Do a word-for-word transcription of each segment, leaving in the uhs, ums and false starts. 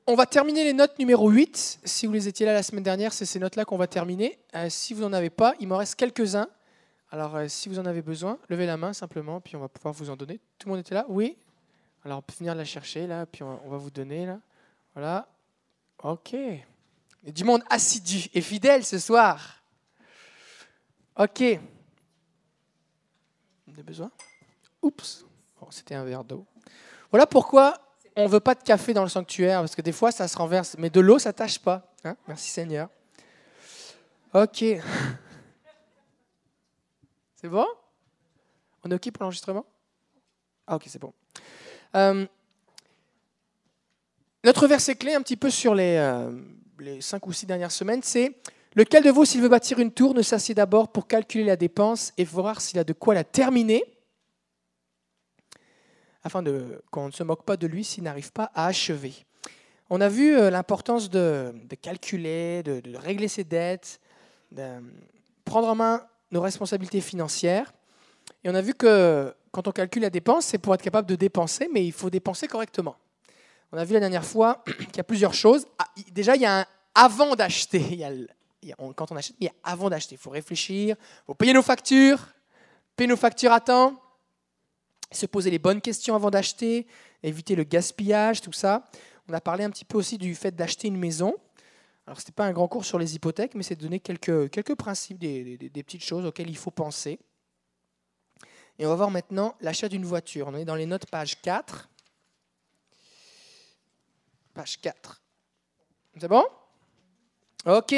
on va terminer les notes numéro huit. Si vous les étiez là la semaine dernière, c'est ces notes-là qu'on va terminer. Euh, si vous n'en avez pas, il m'en reste quelques-uns. Alors, euh, si vous en avez besoin, levez la main simplement, puis on va pouvoir vous en donner. Tout le monde était là? Oui? Alors, on peut venir la chercher, là, puis on, on va vous donner, là. Voilà. OK. Il y a du monde assidu et fidèle ce soir. OK. Vous avez besoin? Oups. Bon, c'était un verre d'eau. Voilà pourquoi on ne veut pas de café dans le sanctuaire, parce que des fois, ça se renverse. Mais de l'eau, ça ne tâche pas. Hein? Merci Seigneur. OK. C'est bon? On est OK pour l'enregistrement? Ah, OK, c'est bon. Euh, notre verset clé, un petit peu sur les, euh, les cinq ou six dernières semaines, c'est « Lequel de vous, s'il veut bâtir une tour, ne s'assied d'abord pour calculer la dépense et voir s'il a de quoi la terminer, afin de, qu'on ne se moque pas de lui s'il n'arrive pas à achever. » On a vu euh, l'importance de, de calculer, de, de régler ses dettes, de prendre en main nos responsabilités financières. Et on a vu que quand on calcule la dépense, c'est pour être capable de dépenser, mais il faut dépenser correctement. On a vu la dernière fois qu'il y a plusieurs choses. Ah, déjà, il y a un avant d'acheter. Il y a, il y a, quand on achète, il y a avant d'acheter. Il faut réfléchir, il faut payer nos factures, payer nos factures à temps, se poser les bonnes questions avant d'acheter, éviter le gaspillage, tout ça. On a parlé un petit peu aussi du fait d'acheter une maison. Alors, ce n'était pas un grand cours sur les hypothèques, mais c'est de donner quelques, quelques principes, des, des, des petites choses auxquelles il faut penser. Et on va voir maintenant l'achat d'une voiture. On est dans les notes page quatre. Page quatre. C'est bon? OK.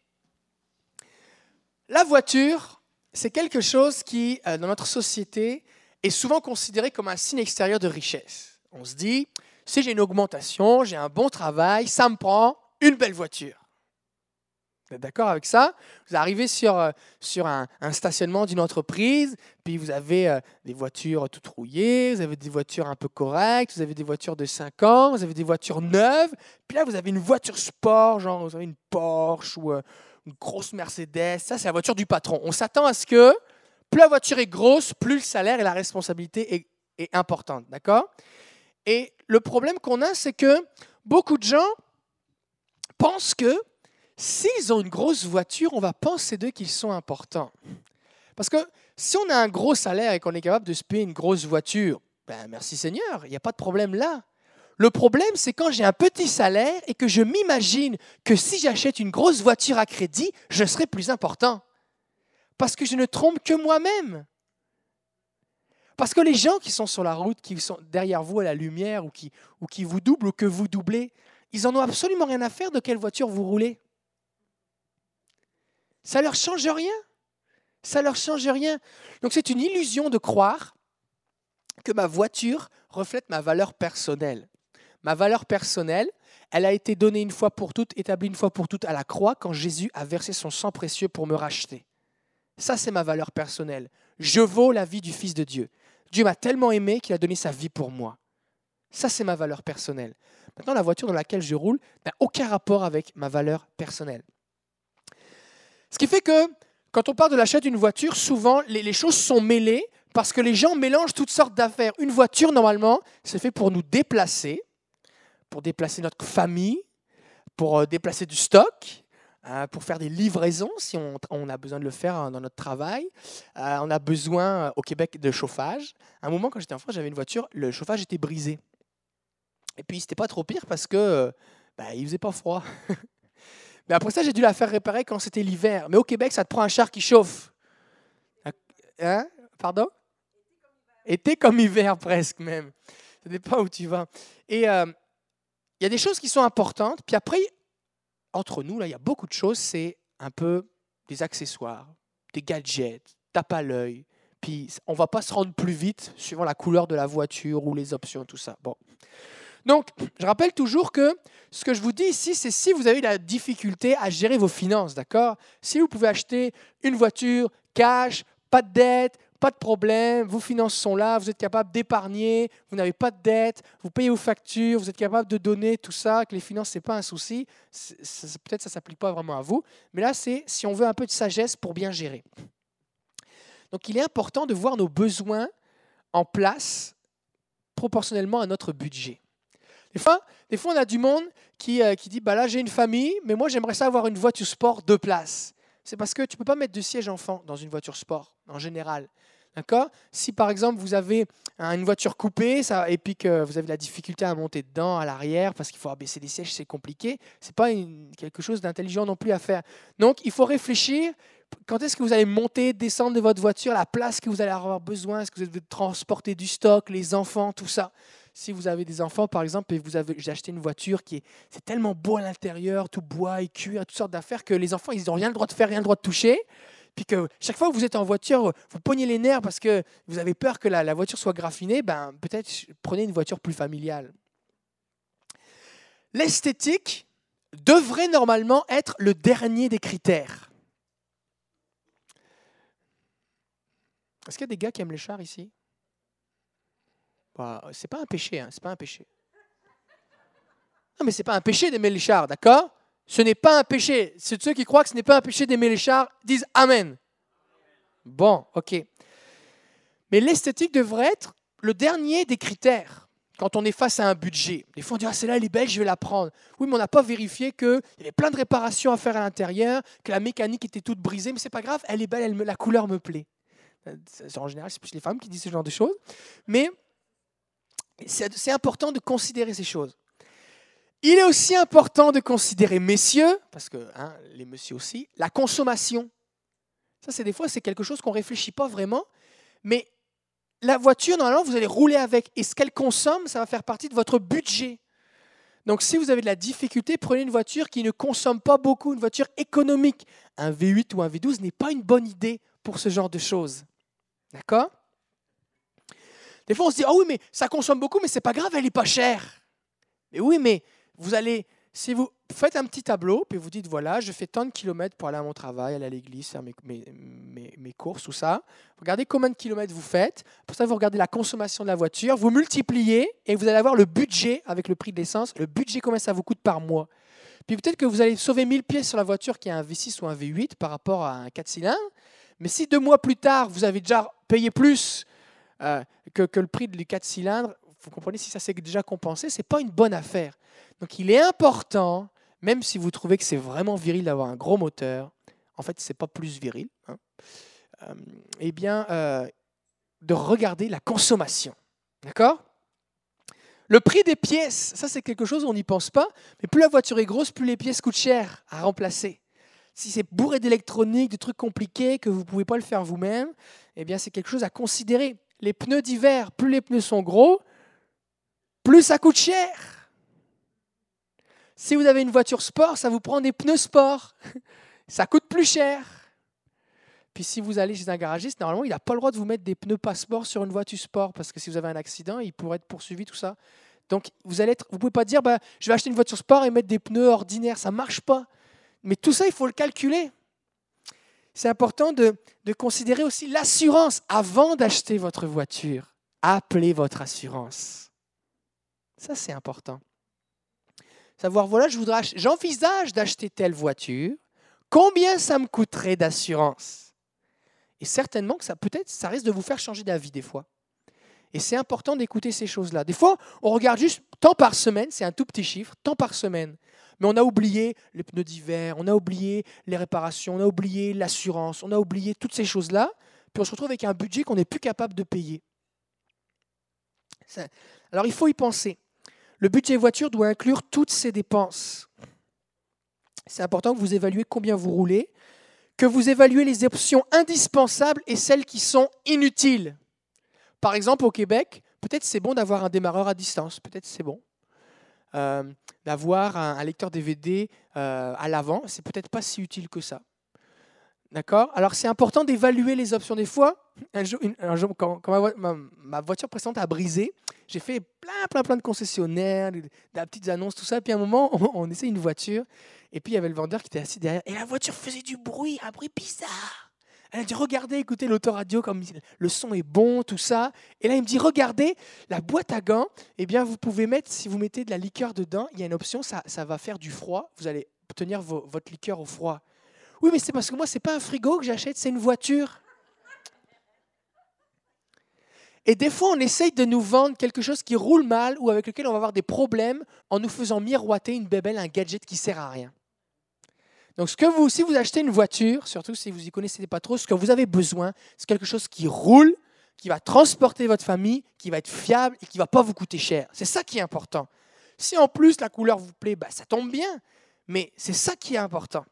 La voiture, c'est quelque chose qui, dans notre société, est souvent considéré comme un signe extérieur de richesse. On se dit, si j'ai une augmentation, j'ai un bon travail, ça me prend une belle voiture. Vous êtes d'accord avec ça? Vous arrivez sur, sur un, un stationnement d'une entreprise, puis vous avez euh, des voitures toutes rouillées, vous avez des voitures un peu correctes, vous avez des voitures de cinq ans, vous avez des voitures neuves, puis là, vous avez une voiture sport, genre vous avez une Porsche ou euh, une grosse Mercedes. Ça, c'est la voiture du patron. On s'attend à ce que plus la voiture est grosse, plus le salaire et la responsabilité est, est importante. D'accord? Et le problème qu'on a, c'est que beaucoup de gens pensent que s'ils ont une grosse voiture, on va penser d'eux qu'ils sont importants. Parce que si on a un gros salaire et qu'on est capable de se payer une grosse voiture, ben merci Seigneur, il n'y a pas de problème là. Le problème, c'est quand j'ai un petit salaire et que je m'imagine que si j'achète une grosse voiture à crédit, je serai plus important. Parce que je ne trompe que moi-même. Parce que les gens qui sont sur la route, qui sont derrière vous à la lumière ou qui, ou qui vous doublent ou que vous doublez, ils n'en ont absolument rien à faire de quelle voiture vous roulez. Ça ne leur change rien. Ça ne leur change rien. Donc c'est une illusion de croire que ma voiture reflète ma valeur personnelle. Ma valeur personnelle, elle a été donnée une fois pour toutes, établie une fois pour toutes à la croix quand Jésus a versé son sang précieux pour me racheter. Ça, c'est ma valeur personnelle. Je vaux la vie du Fils de Dieu. Dieu m'a tellement aimé qu'il a donné sa vie pour moi. Ça, c'est ma valeur personnelle. Maintenant, la voiture dans laquelle je roule n'a aucun rapport avec ma valeur personnelle. Ce qui fait que quand on parle de l'achat d'une voiture, souvent, les, les choses sont mêlées parce que les gens mélangent toutes sortes d'affaires. Une voiture, normalement, c'est fait pour nous déplacer, pour déplacer notre famille, pour déplacer du stock, euh, pour faire des livraisons si on, on a besoin de le faire dans notre travail. Euh, on a besoin, au Québec, de chauffage. À un moment, quand j'étais enfant, j'avais une voiture, le chauffage était brisé. Et puis, c'était pas trop pire parce que bah, il faisait pas froid. Mais après ça, j'ai dû la faire réparer quand c'était l'hiver. Mais au Québec, ça te prend un char qui chauffe. Hein? Pardon? Été comme hiver, presque même. Ça dépend où tu vas. Et euh, il y a des choses qui sont importantes. Puis après, entre nous, là, il y a beaucoup de choses. C'est un peu des accessoires, des gadgets, tape à l'œil. Puis on ne va pas se rendre plus vite suivant la couleur de la voiture ou les options, tout ça. Bon. Donc, je rappelle toujours que ce que je vous dis ici, c'est si vous avez la difficulté à gérer vos finances, d'accord? Si vous pouvez acheter une voiture, cash, pas de dette, pas de problème, vos finances sont là, vous êtes capable d'épargner, vous n'avez pas de dette, vous payez vos factures, vous êtes capable de donner tout ça, que les finances, ce n'est pas un souci, c'est, c'est, peut-être que ça ne s'applique pas vraiment à vous, mais là, c'est si on veut un peu de sagesse pour bien gérer. Donc, il est important de voir nos besoins en place proportionnellement à notre budget. Des fois, des fois, on a du monde qui, euh, qui dit, bah là, j'ai une famille, mais moi, j'aimerais ça avoir une voiture sport deux places. C'est parce que tu ne peux pas mettre de siège enfant dans une voiture sport, en général. D'accord ? Si, par exemple, vous avez une voiture coupée ça, et puis que vous avez de la difficulté à monter dedans, à l'arrière, parce qu'il faut abaisser les sièges, c'est compliqué, ce n'est pas une, quelque chose d'intelligent non plus à faire. Donc, il faut réfléchir. Quand est-ce que vous allez monter, descendre de votre voiture, la place que vous allez avoir besoin, est-ce que vous allez transporter du stock, les enfants, tout ça. Si vous avez des enfants, par exemple, et vous avez acheté une voiture qui est c'est tellement beau à l'intérieur, tout bois et cuir, toutes sortes d'affaires, que les enfants, ils n'ont rien le droit de faire, rien le droit de toucher. Puis que chaque fois que vous êtes en voiture, vous pognez les nerfs parce que vous avez peur que la, la voiture soit graffinée, ben, peut-être prenez une voiture plus familiale. L'esthétique devrait normalement être le dernier des critères. Est-ce qu'il y a des gars qui aiment les chars ici ? Bah, c'est pas un péché, hein, c'est pas un péché. Non, mais c'est pas un péché d'aimer les chars, d'accord ? Ce n'est pas un péché. C'est ceux qui croient que ce n'est pas un péché d'aimer les chars disent Amen. Bon, ok. Mais l'esthétique devrait être le dernier des critères quand on est face à un budget. Des fois, on dit ah, celle-là, elle est belle, je vais la prendre. Oui, mais on n'a pas vérifié qu'il y avait plein de réparations à faire à l'intérieur, que la mécanique était toute brisée, mais c'est pas grave, elle est belle, elle me, la couleur me plaît. En général, c'est plus les femmes qui disent ce genre de choses. Mais c'est, c'est important de considérer ces choses. Il est aussi important de considérer, messieurs, parce que hein, les messieurs aussi, la consommation. Ça, c'est des fois, c'est quelque chose qu'on ne réfléchit pas vraiment, mais la voiture, normalement, vous allez rouler avec, et ce qu'elle consomme, ça va faire partie de votre budget. Donc, si vous avez de la difficulté, prenez une voiture qui ne consomme pas beaucoup, une voiture économique. Un V huit ou un V douze n'est pas une bonne idée pour ce genre de choses. D'accord ? Des fois, on se dit, ah oui, mais ça consomme beaucoup, mais ce n'est pas grave, elle n'est pas chère. Mais oui, mais vous allez, si vous faites un petit tableau, puis vous dites, voilà, je fais tant de kilomètres pour aller à mon travail, aller à l'église, faire mes, mes, mes, mes courses, tout ça. Regardez combien de kilomètres vous faites. Pour ça, vous regardez la consommation de la voiture, vous multipliez et vous allez avoir le budget avec le prix de l'essence, le budget, combien ça vous coûte par mois. Puis peut-être que vous allez sauver mille pièces sur la voiture qui a un V six ou un V huit par rapport à un quatre cylindres. Mais si deux mois plus tard, vous avez déjà payé plus euh, que, que le prix du quatre cylindres, vous comprenez, si ça s'est déjà compensé, ce n'est pas une bonne affaire. Donc il est important, même si vous trouvez que c'est vraiment viril d'avoir un gros moteur, en fait, ce n'est pas plus viril, hein, euh, eh bien, euh, de regarder la consommation. D'accord ? Le prix des pièces, ça c'est quelque chose où on n'y pense pas, mais plus la voiture est grosse, plus les pièces coûtent cher à remplacer. Si c'est bourré d'électronique, de trucs compliqués, que vous ne pouvez pas le faire vous-même, eh bien c'est quelque chose à considérer. Les pneus d'hiver, plus les pneus sont gros, plus ça coûte cher. Si vous avez une voiture sport, ça vous prend des pneus sport. Ça coûte plus cher. Puis si vous allez chez un garagiste, normalement, il n'a pas le droit de vous mettre des pneus pas sport sur une voiture sport parce que si vous avez un accident, il pourrait être poursuivi, tout ça. Donc, vous allez être, vous ne pouvez pas dire bah, je vais acheter une voiture sport et mettre des pneus ordinaires. Ça ne marche pas. Mais tout ça, il faut le calculer. C'est important de, de considérer aussi l'assurance avant d'acheter votre voiture. Appelez votre assurance. Ça, c'est important. Savoir, voilà, je voudrais, j'envisage d'acheter telle voiture. Combien ça me coûterait d'assurance ? Et certainement que ça, peut-être, ça risque de vous faire changer d'avis des fois. Et c'est important d'écouter ces choses-là. Des fois, on regarde juste tant par semaine, c'est un tout petit chiffre, tant par semaine. Mais on a oublié les pneus d'hiver, on a oublié les réparations, on a oublié l'assurance, on a oublié toutes ces choses-là. Puis on se retrouve avec un budget qu'on n'est plus capable de payer. Alors il faut y penser. Le budget voiture doit inclure toutes ces dépenses. C'est important que vous évaluez combien vous roulez, que vous évaluez les options indispensables et celles qui sont inutiles. Par exemple, au Québec, peut-être c'est bon d'avoir un démarreur à distance, peut-être c'est bon. Euh, d'avoir un, un lecteur D V D euh, à l'avant, c'est peut-être pas si utile que ça. D'accord ? Alors c'est important d'évaluer les options. Des fois, un jour, une, un jour quand, quand ma, ma, ma voiture précédente a brisé, j'ai fait plein, plein, plein de concessionnaires, des, des petites annonces, tout ça. Puis à un moment, on, on essaie une voiture, et puis il y avait le vendeur qui était assis derrière, et la voiture faisait du bruit, un bruit bizarre. Elle a dit, regardez, écoutez l'autoradio, comme le son est bon, tout ça. Et là, il me dit, regardez, la boîte à gants, eh bien, vous pouvez mettre, si vous mettez de la liqueur dedans, il y a une option, ça, ça va faire du froid. Vous allez tenir vo, votre liqueur au froid. Oui, mais c'est parce que moi, ce n'est pas un frigo que j'achète, c'est une voiture. Et des fois, on essaye de nous vendre quelque chose qui roule mal ou avec lequel on va avoir des problèmes en nous faisant miroiter une bébelle, un gadget qui ne sert à rien. Donc, ce que vous, si vous achetez une voiture, surtout si vous n'y connaissez pas trop, ce que vous avez besoin, c'est quelque chose qui roule, qui va transporter votre famille, qui va être fiable et qui ne va pas vous coûter cher. C'est ça qui est important. Si en plus la couleur vous plaît, bah, ça tombe bien, mais c'est ça qui est important.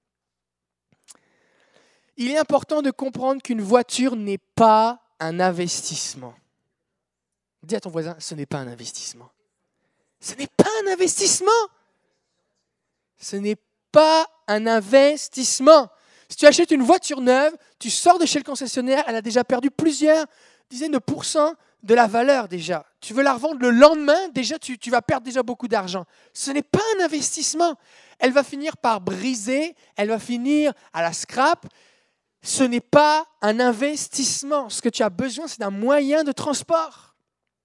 Il est important de comprendre qu'une voiture n'est pas un investissement. Dis à ton voisin, ce n'est pas un investissement. Ce n'est pas un investissement. Ce n'est pas un investissement. Si tu achètes une voiture neuve, tu sors de chez le concessionnaire, elle a déjà perdu plusieurs dizaines de pourcents de la valeur déjà. Tu veux la revendre le lendemain, déjà tu, tu vas perdre déjà beaucoup d'argent. Ce n'est pas un investissement. Elle va finir par briser, elle va finir à la scrap. Ce n'est pas un investissement. Ce que tu as besoin, c'est d'un moyen de transport.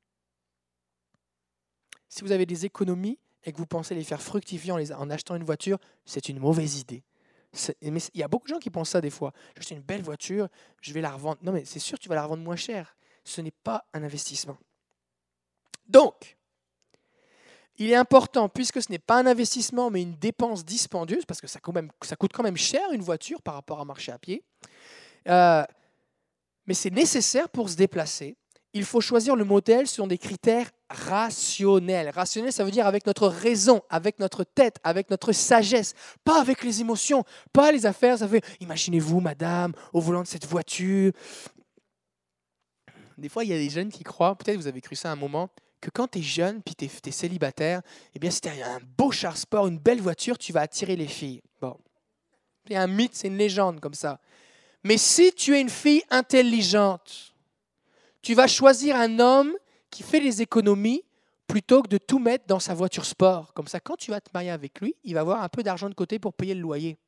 Si vous avez des économies et que vous pensez les faire fructifier en, les, en achetant une voiture, c'est une mauvaise idée. Mais il y a beaucoup de gens qui pensent ça des fois. J'ai acheté une belle voiture, je vais la revendre. Non, mais c'est sûr que tu vas la revendre moins cher. Ce n'est pas un investissement. Donc, il est important, puisque ce n'est pas un investissement, mais une dépense dispendieuse, parce que ça, quand même, ça coûte quand même cher une voiture par rapport à marcher à pied, euh, mais c'est nécessaire pour se déplacer. Il faut choisir le modèle selon des critères rationnels. Rationnel, ça veut dire avec notre raison, avec notre tête, avec notre sagesse, pas avec les émotions, pas les affaires. Ça fait, imaginez-vous, madame, au volant de cette voiture. Des fois, il y a des jeunes qui croient, peut-être vous avez cru ça à un moment, que quand tu es jeune puis tu es célibataire, eh bien, si tu as un beau char sport, une belle voiture, tu vas attirer les filles. Bon, c'est un mythe, c'est une légende comme ça. Mais si tu es une fille intelligente, tu vas choisir un homme qui fait les économies plutôt que de tout mettre dans sa voiture sport. Comme ça, quand tu vas te marier avec lui, il va avoir un peu d'argent de côté pour payer le loyer.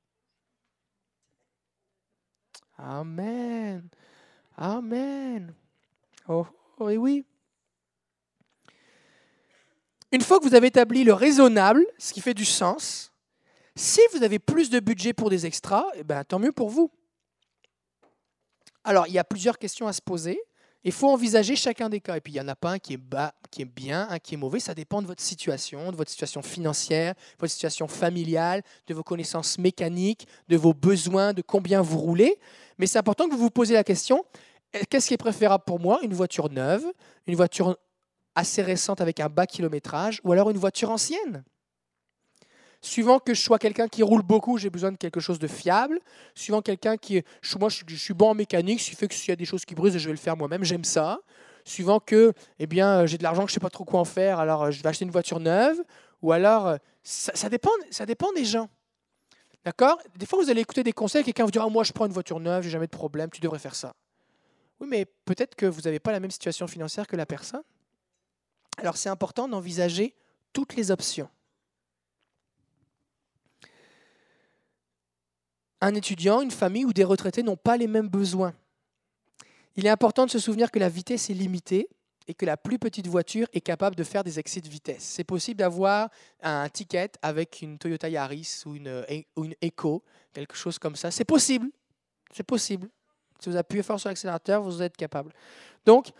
Amen. Amen. Oh, oh et oui. Une fois que vous avez établi le raisonnable, ce qui fait du sens, si vous avez plus de budget pour des extras, eh ben, tant mieux pour vous. Alors, il y a plusieurs questions à se poser. Il faut envisager chacun des cas. Et puis, il n'y en a pas un qui est, bas, qui est bien, un qui est mauvais. Ça dépend de votre situation, de votre situation financière, de votre situation familiale, de vos connaissances mécaniques, de vos besoins, de combien vous roulez. Mais c'est important que vous vous posiez la question, qu'est-ce qui est préférable pour moi? Une voiture neuve, une voiture assez récente avec un bas kilométrage, ou alors une voiture ancienne? Suivant que je sois quelqu'un qui roule beaucoup, j'ai besoin de quelque chose de fiable. Suivant quelqu'un qui... Moi, je suis bon en mécanique, ce qui fait que s'il y a des choses qui brisent, je vais le faire moi-même, j'aime ça. Suivant que eh bien, j'ai de l'argent, que je ne sais pas trop quoi en faire, alors je vais acheter une voiture neuve. Ou alors, ça, ça, dépend, ça dépend des gens. D'accord? Des fois, vous allez écouter des conseils, quelqu'un vous dira oh, « moi, je prends une voiture neuve, j'ai jamais de problème, tu devrais faire ça. » Oui, mais peut-être que vous n'avez pas la même situation financière que la personne. Alors, c'est important d'envisager toutes les options. Un étudiant, une famille ou des retraités n'ont pas les mêmes besoins. Il est important de se souvenir que la vitesse est limitée et que la plus petite voiture est capable de faire des excès de vitesse. C'est possible d'avoir un ticket avec une Toyota Yaris ou une, ou une Echo, quelque chose comme ça. C'est possible. C'est possible. Si vous appuyez fort sur l'accélérateur, vous êtes capable. Donc,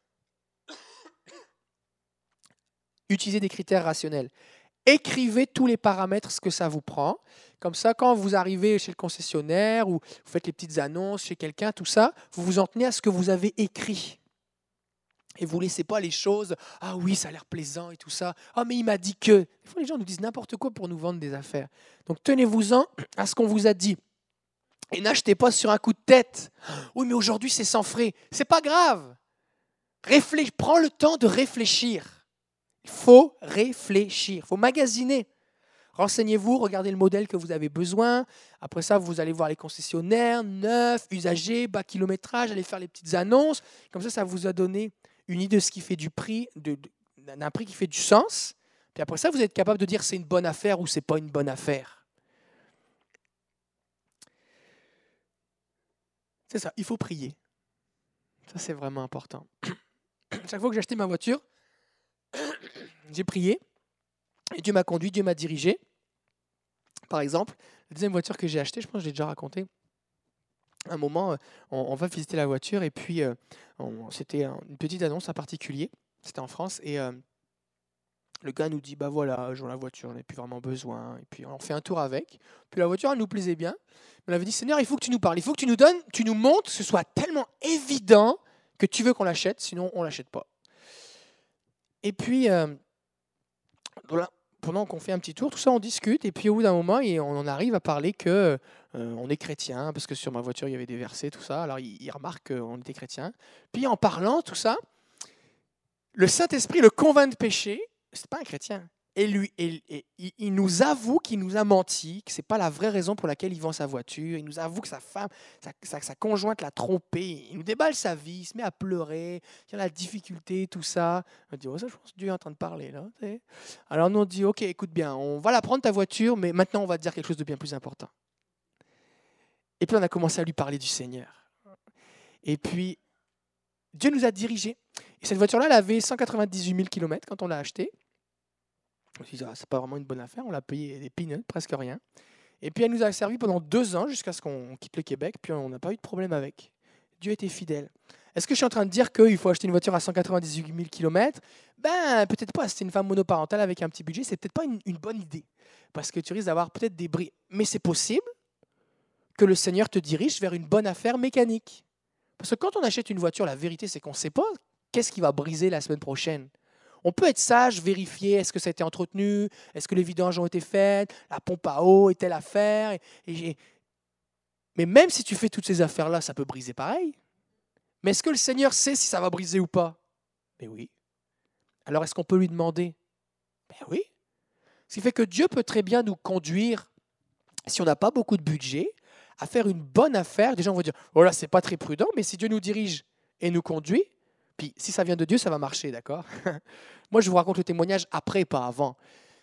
utilisez des critères rationnels. Écrivez tous les paramètres, ce que ça vous prend. Comme ça, quand vous arrivez chez le concessionnaire ou vous faites les petites annonces chez quelqu'un, tout ça, vous vous en tenez à ce que vous avez écrit. Et vous ne laissez pas les choses, ah oui, ça a l'air plaisant et tout ça. Ah, mais il m'a dit que. Des fois, les gens nous disent n'importe quoi pour nous vendre des affaires. Donc, tenez-vous-en à ce qu'on vous a dit. Et n'achetez pas sur un coup de tête. Oui, mais aujourd'hui, c'est sans frais. C'est pas grave. Réfléch... Prends le temps de réfléchir. Il faut réfléchir. Il faut magasiner. Renseignez-vous, regardez le modèle que vous avez besoin. Après ça, vous allez voir les concessionnaires, neufs, usagers, bas kilométrage, allez faire les petites annonces. Comme ça, ça vous a donné une idée de ce qui fait du prix, de, de, d'un prix qui fait du sens. Puis après ça, vous êtes capable de dire c'est une bonne affaire ou c'est pas une bonne affaire. C'est ça, il faut prier. Ça, c'est vraiment important. Chaque fois que j'ai acheté ma voiture, j'ai prié. Et Dieu m'a conduit, Dieu m'a dirigé. Par exemple, la deuxième voiture que j'ai achetée, je pense que je l'ai déjà raconté. un moment, euh, on, on va visiter la voiture et puis euh, on- c'était un- une petite annonce en particulier. C'était en France et euh, le gars nous dit, bah voilà, je vois la voiture, on n'a plus vraiment besoin. Et puis on fait un tour avec. Puis la voiture, elle nous plaisait bien. On avait dit, Seigneur, il faut que tu nous parles, il faut que tu nous donnes, tu nous montres, que ce soit tellement évident que tu veux qu'on l'achète, sinon on l'achète pas. Et puis, euh, voilà, pendant qu'on fait un petit tour, tout ça, on discute. Et puis au bout d'un moment, et on en arrive à parler que euh, on est chrétien, parce que sur ma voiture, il y avait des versets, tout ça. Alors il, il remarque qu'on était chrétien. Puis en parlant, tout ça, le Saint-Esprit le convainc de péché. C'est pas un chrétien. Et lui, et- et- il il nous avoue qu'il nous a menti, que c'est pas la vraie raison pour laquelle il vend sa voiture. Il nous avoue que sa femme, sa, sa- sa conjointe l'a trompé. Il nous déballe sa vie, il se met à pleurer, il y a la difficulté, tout ça. On dit, oh, ça, je pense que Dieu est en train de parler là. tu sais. Alors nous on dit, ok, écoute bien, on va la prendre ta voiture, mais maintenant on va te dire quelque chose de bien plus important. Et puis on a commencé à lui parler du Seigneur. Et puis Dieu nous a dirigés. Et cette voiture-là, elle avait cent quatre-vingt-dix-huit mille kilomètres quand on l'a achetée. On s'est dit, ah, c'est pas vraiment une bonne affaire, on l'a payé des peanuts, presque rien. Et puis elle nous a servi pendant deux ans jusqu'à ce qu'on quitte le Québec, puis on n'a pas eu de problème avec. Dieu était fidèle. Est-ce que je suis en train de dire qu'il faut acheter une voiture à cent quatre-vingt-dix-huit mille kilomètres? Ben, peut-être pas. Si c'est une femme monoparentale avec un petit budget, c'est peut-être pas une, une bonne idée. Parce que tu risques d'avoir peut-être des bris. Mais c'est possible que le Seigneur te dirige vers une bonne affaire mécanique. Parce que quand on achète une voiture, la vérité, c'est qu'on ne sait pas qu'est-ce qui va briser la semaine prochaine. On peut être sage, vérifier est-ce que ça a été entretenu, est-ce que les vidanges ont été faites, la pompe à eau est telle affaire. Et, et, mais même si tu fais toutes ces affaires-là, ça peut briser pareil. Mais est-ce que le Seigneur sait si ça va briser ou pas? Ben oui. Alors est-ce qu'on peut lui demander? Ben oui. Ce qui fait que Dieu peut très bien nous conduire, si on n'a pas beaucoup de budget, à faire une bonne affaire. Des gens vont dire, oh là, c'est pas très prudent, mais si Dieu nous dirige et nous conduit, puis si ça vient de Dieu, ça va marcher, d'accord? Moi, je vous raconte le témoignage après, pas avant.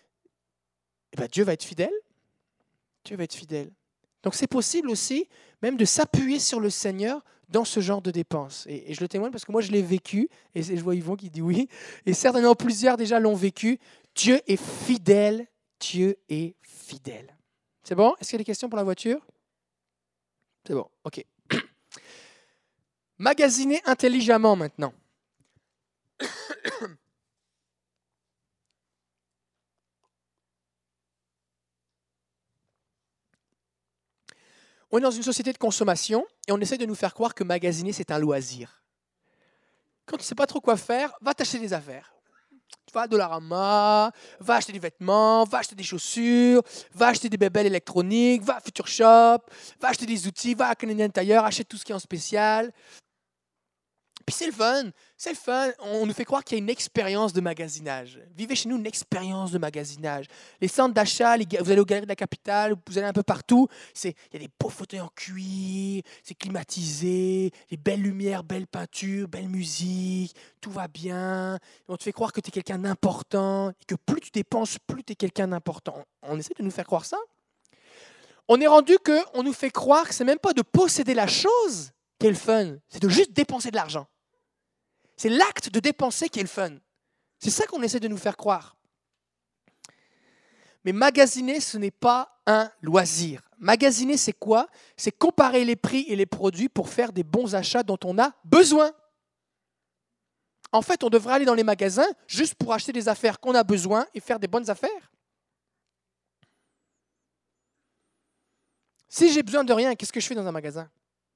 Eh ben, Dieu va être fidèle. Dieu va être fidèle. Donc c'est possible aussi même de s'appuyer sur le Seigneur dans ce genre de dépenses. Et, et je le témoigne parce que moi, je l'ai vécu, et je vois Yvon qui dit oui, et certainement plusieurs déjà l'ont vécu. Dieu est fidèle, Dieu est fidèle. C'est bon? Est-ce qu'il y a des questions pour la voiture? C'est bon, ok. Magasiner intelligemment maintenant. On est dans une société de consommation et on essaie de nous faire croire que magasiner, c'est un loisir. Quand tu ne sais pas trop quoi faire, va t'acheter des affaires. Va à Dollarama, va acheter des vêtements, va acheter des chaussures, va acheter des bébelles électroniques, va à Future Shop, va acheter des outils, va à Canadian Tire, achète tout ce qui est en spécial. Puis c'est le fun, c'est le fun. On nous fait croire qu'il y a une expérience de magasinage. Vivez chez nous une expérience de magasinage. Les centres d'achat, les ga- vous allez aux Galeries de la Capitale, vous allez un peu partout. C'est, il y a des beaux fauteuils en cuir, c'est climatisé, les belles lumières, belles peintures, belle musique, tout va bien. On te fait croire que tu es quelqu'un d'important et que plus tu dépenses, plus tu es quelqu'un d'important. On essaie de nous faire croire ça. On est rendu qu'on nous fait croire que c'est même pas de posséder la chose qui est le fun, c'est de juste dépenser de l'argent. C'est l'acte de dépenser qui est le fun. C'est ça qu'on essaie de nous faire croire. Mais magasiner, ce n'est pas un loisir. Magasiner, c'est quoi? C'est comparer les prix et les produits pour faire des bons achats dont on a besoin. En fait, on devrait aller dans les magasins juste pour acheter des affaires qu'on a besoin et faire des bonnes affaires. Si j'ai besoin de rien, qu'est-ce que je fais dans un magasin?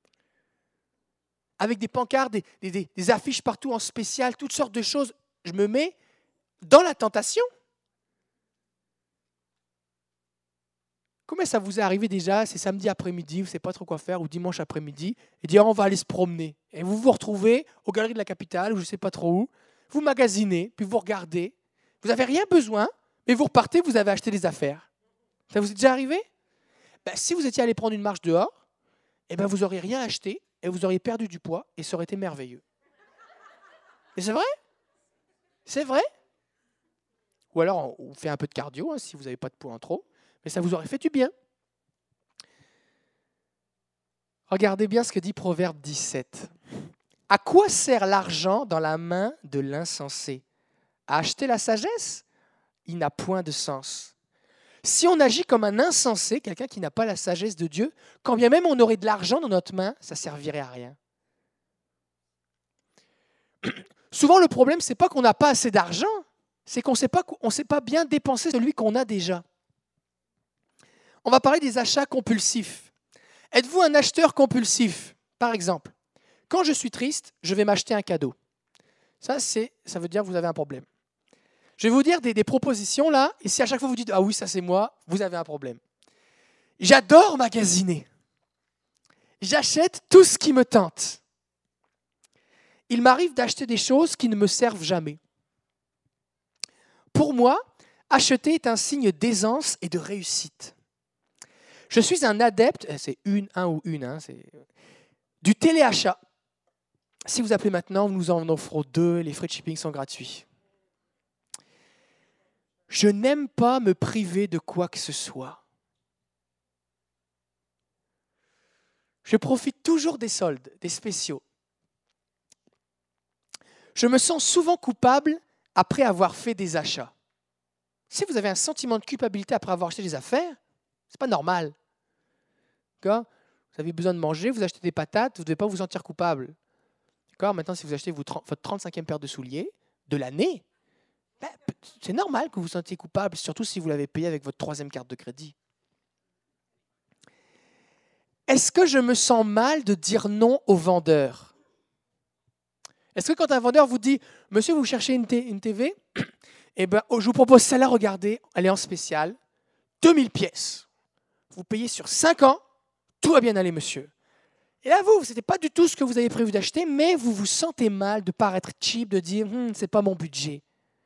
Avec des pancartes, des, des, des affiches partout en spécial, toutes sortes de choses. Je me mets dans la tentation. Comment ça vous est arrivé déjà, c'est samedi après-midi, vous ne savez pas trop quoi faire, ou dimanche après-midi, et dire on va aller se promener. Et vous vous retrouvez aux Galeries de la Capitale, ou je ne sais pas trop où, vous magasinez, puis vous regardez. Vous n'avez rien besoin, mais vous repartez, vous avez acheté des affaires. Ça vous est déjà arrivé? Ben, si vous étiez allé prendre une marche dehors, eh ben, vous n'auriez rien acheté, et vous auriez perdu du poids, et ça aurait été merveilleux. Et c'est vrai? C'est vrai? Ou alors, on fait un peu de cardio, hein, si vous n'avez pas de poids en trop, mais ça vous aurait fait du bien. Regardez bien ce que dit Proverbe dix-sept. À quoi sert l'argent dans la main de l'insensé? À acheter la sagesse? Il n'a point de sens. Si on agit comme un insensé, quelqu'un qui n'a pas la sagesse de Dieu, quand bien même on aurait de l'argent dans notre main, ça ne servirait à rien. Souvent, le problème, ce n'est pas qu'on n'a pas assez d'argent, c'est qu'on ne sait pas, qu'on sait pas bien dépenser celui qu'on a déjà. On va parler des achats compulsifs. Êtes-vous un acheteur compulsif? Par exemple, quand je suis triste, je vais m'acheter un cadeau. Ça, c'est, ça veut dire que vous avez un problème. Je vais vous dire des, des propositions là, et si à chaque fois vous dites « Ah oui, ça c'est moi », vous avez un problème. J'adore magasiner. J'achète tout ce qui me tente. Il m'arrive d'acheter des choses qui ne me servent jamais. Pour moi, acheter est un signe d'aisance et de réussite. Je suis un adepte, c'est une, un ou une, hein, c'est, du téléachat. Si vous appelez maintenant, nous en offrons deux, les frais de shipping sont gratuits. Je n'aime pas me priver de quoi que ce soit. Je profite toujours des soldes, des spéciaux. Je me sens souvent coupable après avoir fait des achats. Si vous avez un sentiment de culpabilité après avoir acheté des affaires, ce n'est pas normal. D'accord ? Vous avez besoin de manger, vous achetez des patates, vous ne devez pas vous sentir coupable. D'accord ? Maintenant, si vous achetez votre trente-cinquième paire de souliers de l'année, ben, c'est normal que vous vous sentiez coupable, surtout si vous l'avez payé avec votre troisième carte de crédit. Est-ce que je me sens mal de dire non au vendeur? Est-ce que quand un vendeur vous dit « Monsieur, vous cherchez une, t- une T V ?» Eh bien, je vous propose celle-là, regardez, elle est en spécial, deux mille pièces. Vous payez sur cinq ans, tout va bien aller, monsieur. Et là, vous, ce n'était pas du tout ce que vous avez prévu d'acheter, mais vous vous sentez mal de paraître cheap, de dire hm, « ce n'est pas mon budget ».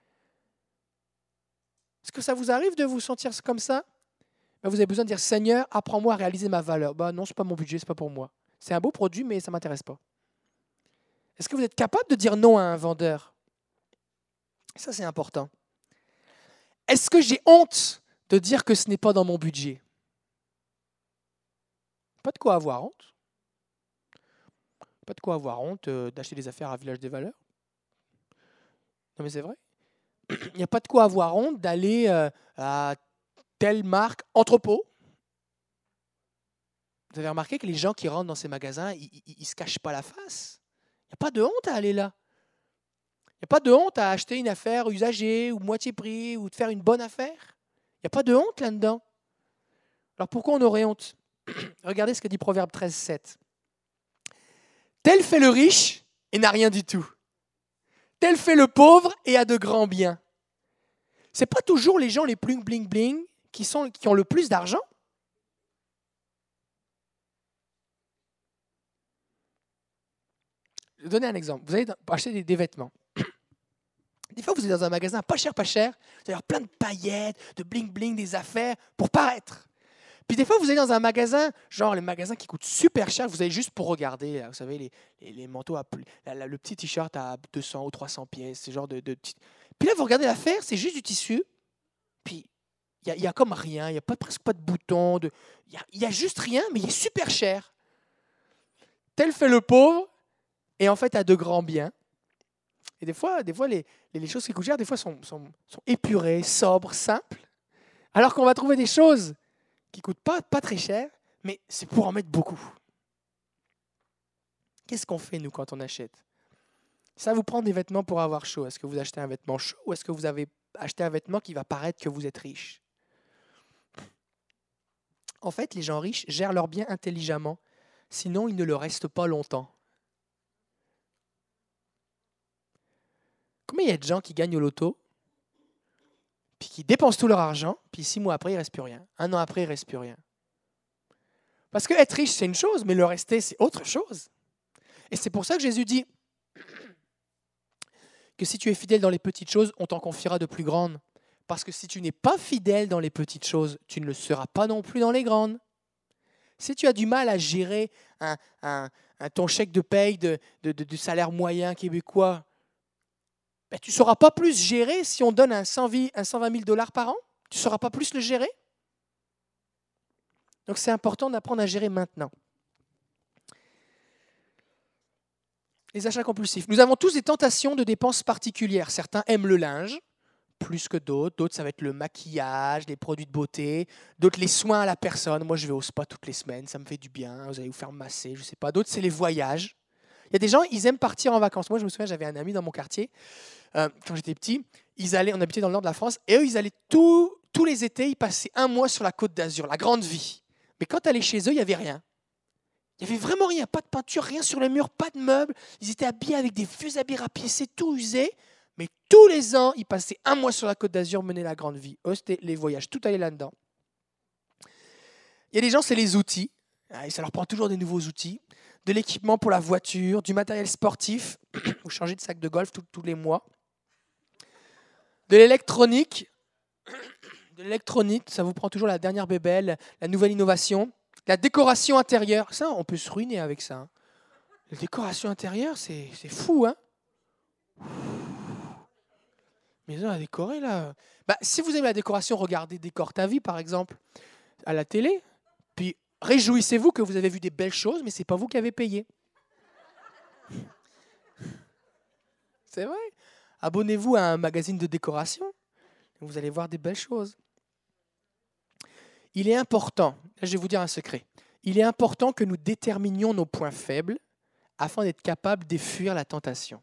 Est-ce que ça vous arrive de vous sentir comme ça? Ben, vous avez besoin de dire « Seigneur, apprends-moi à réaliser ma valeur. Ben, » Non, ce n'est pas mon budget, ce n'est pas pour moi. C'est un beau produit, mais ça ne m'intéresse pas. Est-ce que vous êtes capable de dire non à un vendeur? Ça, c'est important. Est-ce que j'ai honte de dire que ce n'est pas dans mon budget? Pas de quoi avoir honte. Pas de quoi avoir honte euh, d'acheter des affaires à Village des Valeurs. Non, mais c'est vrai. Il n'y a pas de quoi avoir honte d'aller euh, à telle marque entrepôt. Vous avez remarqué que les gens qui rentrent dans ces magasins, ils ne se cachent pas la face. Il n'y a pas de honte à aller là. Il n'y a pas de honte à acheter une affaire usagée ou moitié prix ou de faire une bonne affaire. Il n'y a pas de honte là-dedans. Alors pourquoi on aurait honte? Regardez ce que dit Proverbe treize, sept. Tel fait le riche et n'a rien du tout. Tel fait le pauvre et a de grands biens. Ce n'est pas toujours les gens les plus bling-bling qui, sont, qui ont le plus d'argent. Je vais donner un exemple. Vous allez acheter des, des vêtements. Des fois, vous êtes dans un magasin pas cher, pas cher. Vous allez avoir plein de paillettes, de bling-bling, des affaires pour paraître. Puis des fois, vous allez dans un magasin, genre les magasins qui coûtent super cher, vous allez juste pour regarder, vous savez, les, les, les manteaux, à, la, la, le petit t-shirt à deux cents ou trois cents pièces, ce genre de, de petits... Puis là, vous regardez l'affaire, c'est juste du tissu, puis il n'y a, a comme rien, il n'y a pas, presque pas de boutons, il n'y a, y a juste rien, mais il est super cher. Tel fait le pauvre, et en fait, a de grands biens. Et des fois, des fois les, les choses qui coûtent cher, des fois, sont, sont, sont épurées, sobres, simples, alors qu'on va trouver des choses qui ne coûtent pas, pas très cher, mais c'est pour en mettre beaucoup. Qu'est-ce qu'on fait, nous, quand on achète? Ça vous prend des vêtements pour avoir chaud. Est-ce que vous achetez un vêtement chaud ou est-ce que vous avez acheté un vêtement qui va paraître que vous êtes riche? En fait, les gens riches gèrent leurs biens intelligemment, sinon ils ne le restent pas longtemps. Combien il y a de gens qui gagnent au loto, puis qui dépensent tout leur argent, puis six mois après, il ne reste plus rien. Un an après, il ne reste plus rien. Parce que être riche, c'est une chose, mais le rester, c'est autre chose. Et c'est pour ça que Jésus dit que si tu es fidèle dans les petites choses, on t'en confiera de plus grandes. Parce que si tu n'es pas fidèle dans les petites choses, tu ne le seras pas non plus dans les grandes. Si tu as du mal à gérer un, un, un, ton chèque de paye de, de, de, de salaire moyen québécois, ben, tu ne sauras pas plus gérer si on donne un cent vingt mille dollars par an. Tu ne sauras pas plus le gérer. Donc c'est important d'apprendre à gérer maintenant. Les achats compulsifs. Nous avons tous des tentations de dépenses particulières. Certains aiment le linge plus que d'autres. D'autres, ça va être le maquillage, les produits de beauté. D'autres, les soins à la personne. Moi, je vais au spa toutes les semaines, ça me fait du bien. Vous allez vous faire masser, je sais pas. D'autres, c'est les voyages. Il y a des gens, ils aiment partir en vacances. Moi, je me souviens, j'avais un ami dans mon quartier, euh, quand j'étais petit. Ils allaient, on habitait dans le nord de la France, et eux, ils allaient tout, tous les étés, ils passaient un mois sur la Côte d'Azur, la grande vie. Mais quand tu allais chez eux, il n'y avait rien. Il n'y avait vraiment rien, pas de peinture, rien sur les murs, pas de meubles. Ils étaient habillés avec des vieux habits rapiécés, tout usé. Mais tous les ans, ils passaient un mois sur la Côte d'Azur, menaient la grande vie. Eux, c'était les voyages, tout allait là-dedans. Il y a des gens, c'est les outils. Et ça leur prend toujours des nouveaux outils. De l'équipement pour la voiture, du matériel sportif. Vous changez de sac de golf tous les mois. De l'électronique. De l'électronique, ça vous prend toujours la dernière bébelle, la nouvelle innovation. La décoration intérieure, ça, on peut se ruiner avec ça. Hein. La décoration intérieure, c'est, c'est fou, hein. Maison à décorer, là. Bah, si vous aimez la décoration, regardez Décore ta vie, par exemple, à la télé. Puis, réjouissez-vous que vous avez vu des belles choses, mais ce n'est pas vous qui avez payé. C'est vrai. Abonnez-vous à un magazine de décoration. Vous allez voir des belles choses. Il est important, là je vais vous dire un secret, il est important que nous déterminions nos points faibles afin d'être capables d'enfuir la tentation.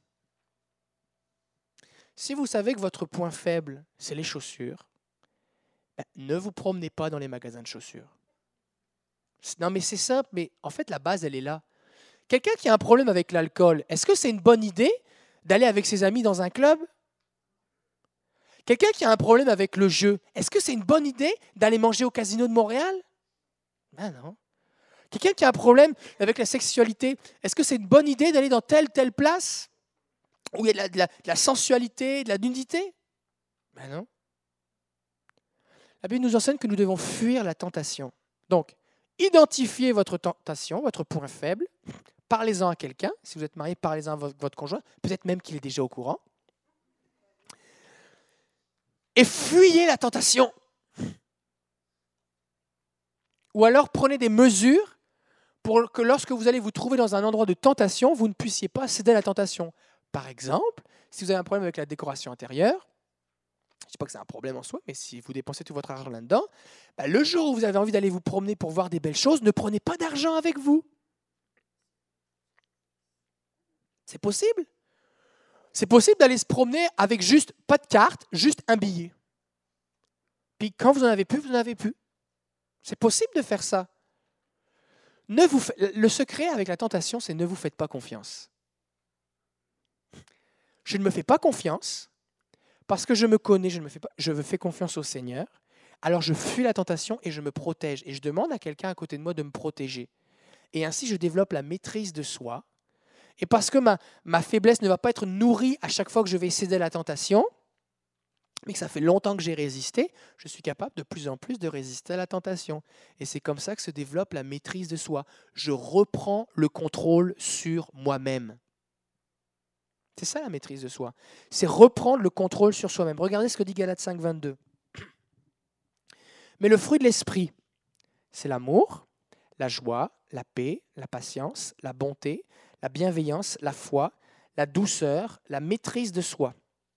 Si vous savez que votre point faible, c'est les chaussures, ben, ne vous promenez pas dans les magasins de chaussures. Non mais c'est simple, mais en fait la base elle est là. Quelqu'un qui a un problème avec l'alcool, est-ce que c'est une bonne idée d'aller avec ses amis dans un club ? Quelqu'un qui a un problème avec le jeu, est-ce que c'est une bonne idée d'aller manger au Casino de Montréal ? Ben non. Quelqu'un qui a un problème avec la sexualité, est-ce que c'est une bonne idée d'aller dans telle, telle place où il y a de la, de la, de la sensualité, de la nudité ? Ben non. La Bible nous enseigne que nous devons fuir la tentation. Donc, identifiez votre tentation, votre point faible, parlez-en à quelqu'un. Si vous êtes marié, parlez-en à votre, votre conjoint, peut-être même qu'il est déjà au courant. Et fuyez la tentation. Ou alors prenez des mesures pour que lorsque vous allez vous trouver dans un endroit de tentation, vous ne puissiez pas céder à la tentation. Par exemple, si vous avez un problème avec la décoration intérieure, je ne dis pas que c'est un problème en soi, mais si vous dépensez tout votre argent là-dedans, bah le jour où vous avez envie d'aller vous promener pour voir des belles choses, ne prenez pas d'argent avec vous. C'est possible. C'est possible d'aller se promener avec juste, pas de carte, juste un billet. Puis quand vous n'en avez plus, vous n'en avez plus. C'est possible de faire ça. Ne vous fa... Le secret avec la tentation, c'est ne vous faites pas confiance. Je ne me fais pas confiance parce que je me connais, je, ne me fais pas... je fais confiance au Seigneur. Alors je fuis la tentation et je me protège. Et je demande à quelqu'un à côté de moi de me protéger. Et ainsi, je développe la maîtrise de soi. Et parce que ma, ma faiblesse ne va pas être nourrie à chaque fois que je vais céder à la tentation, mais que ça fait longtemps que j'ai résisté, je suis capable de plus en plus de résister à la tentation. Et c'est comme ça que se développe la maîtrise de soi. Je reprends le contrôle sur moi-même. C'est ça la maîtrise de soi. C'est reprendre le contrôle sur soi-même. Regardez ce que dit Galates cinq, vingt-deux. Mais le fruit de l'esprit, c'est l'amour, la joie, la paix, la patience, la bonté, la bienveillance, la foi, la douceur, la maîtrise de soi.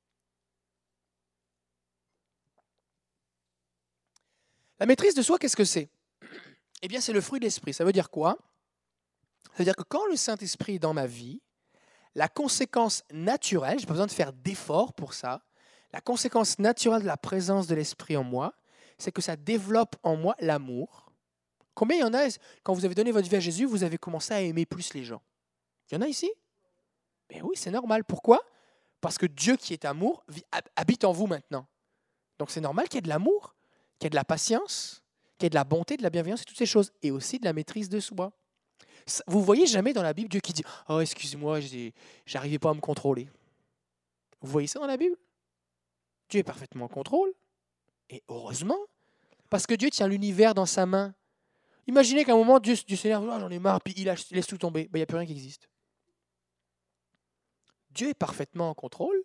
La maîtrise de soi, qu'est-ce que c'est ? Eh bien, c'est le fruit de l'esprit. Ça veut dire quoi ? Ça veut dire que quand le Saint-Esprit est dans ma vie, la conséquence naturelle, je n'ai pas besoin de faire d'efforts pour ça, la conséquence naturelle de la présence de l'Esprit en moi, c'est que ça développe en moi l'amour. Combien il y en a, quand vous avez donné votre vie à Jésus, vous avez commencé à aimer plus les gens ? Il y en a ici ? Ben oui, c'est normal. Pourquoi ? Parce que Dieu qui est amour habite en vous maintenant. Donc c'est normal qu'il y ait de l'amour, qu'il y ait de la patience, qu'il y ait de la bonté, de la bienveillance et toutes ces choses. Et aussi de la maîtrise de soi. Vous ne voyez jamais dans la Bible Dieu qui dit « Oh, excuse-moi, j'arrivais pas à me contrôler ». Vous voyez ça dans la Bible ? Dieu est parfaitement en contrôle. Et heureusement, parce que Dieu tient l'univers dans sa main. Imaginez qu'à un moment, Dieu, Dieu s'énerve, oh, j'en ai marre, puis il laisse tout tomber. Ben, il n'y a plus rien qui existe. Dieu est parfaitement en contrôle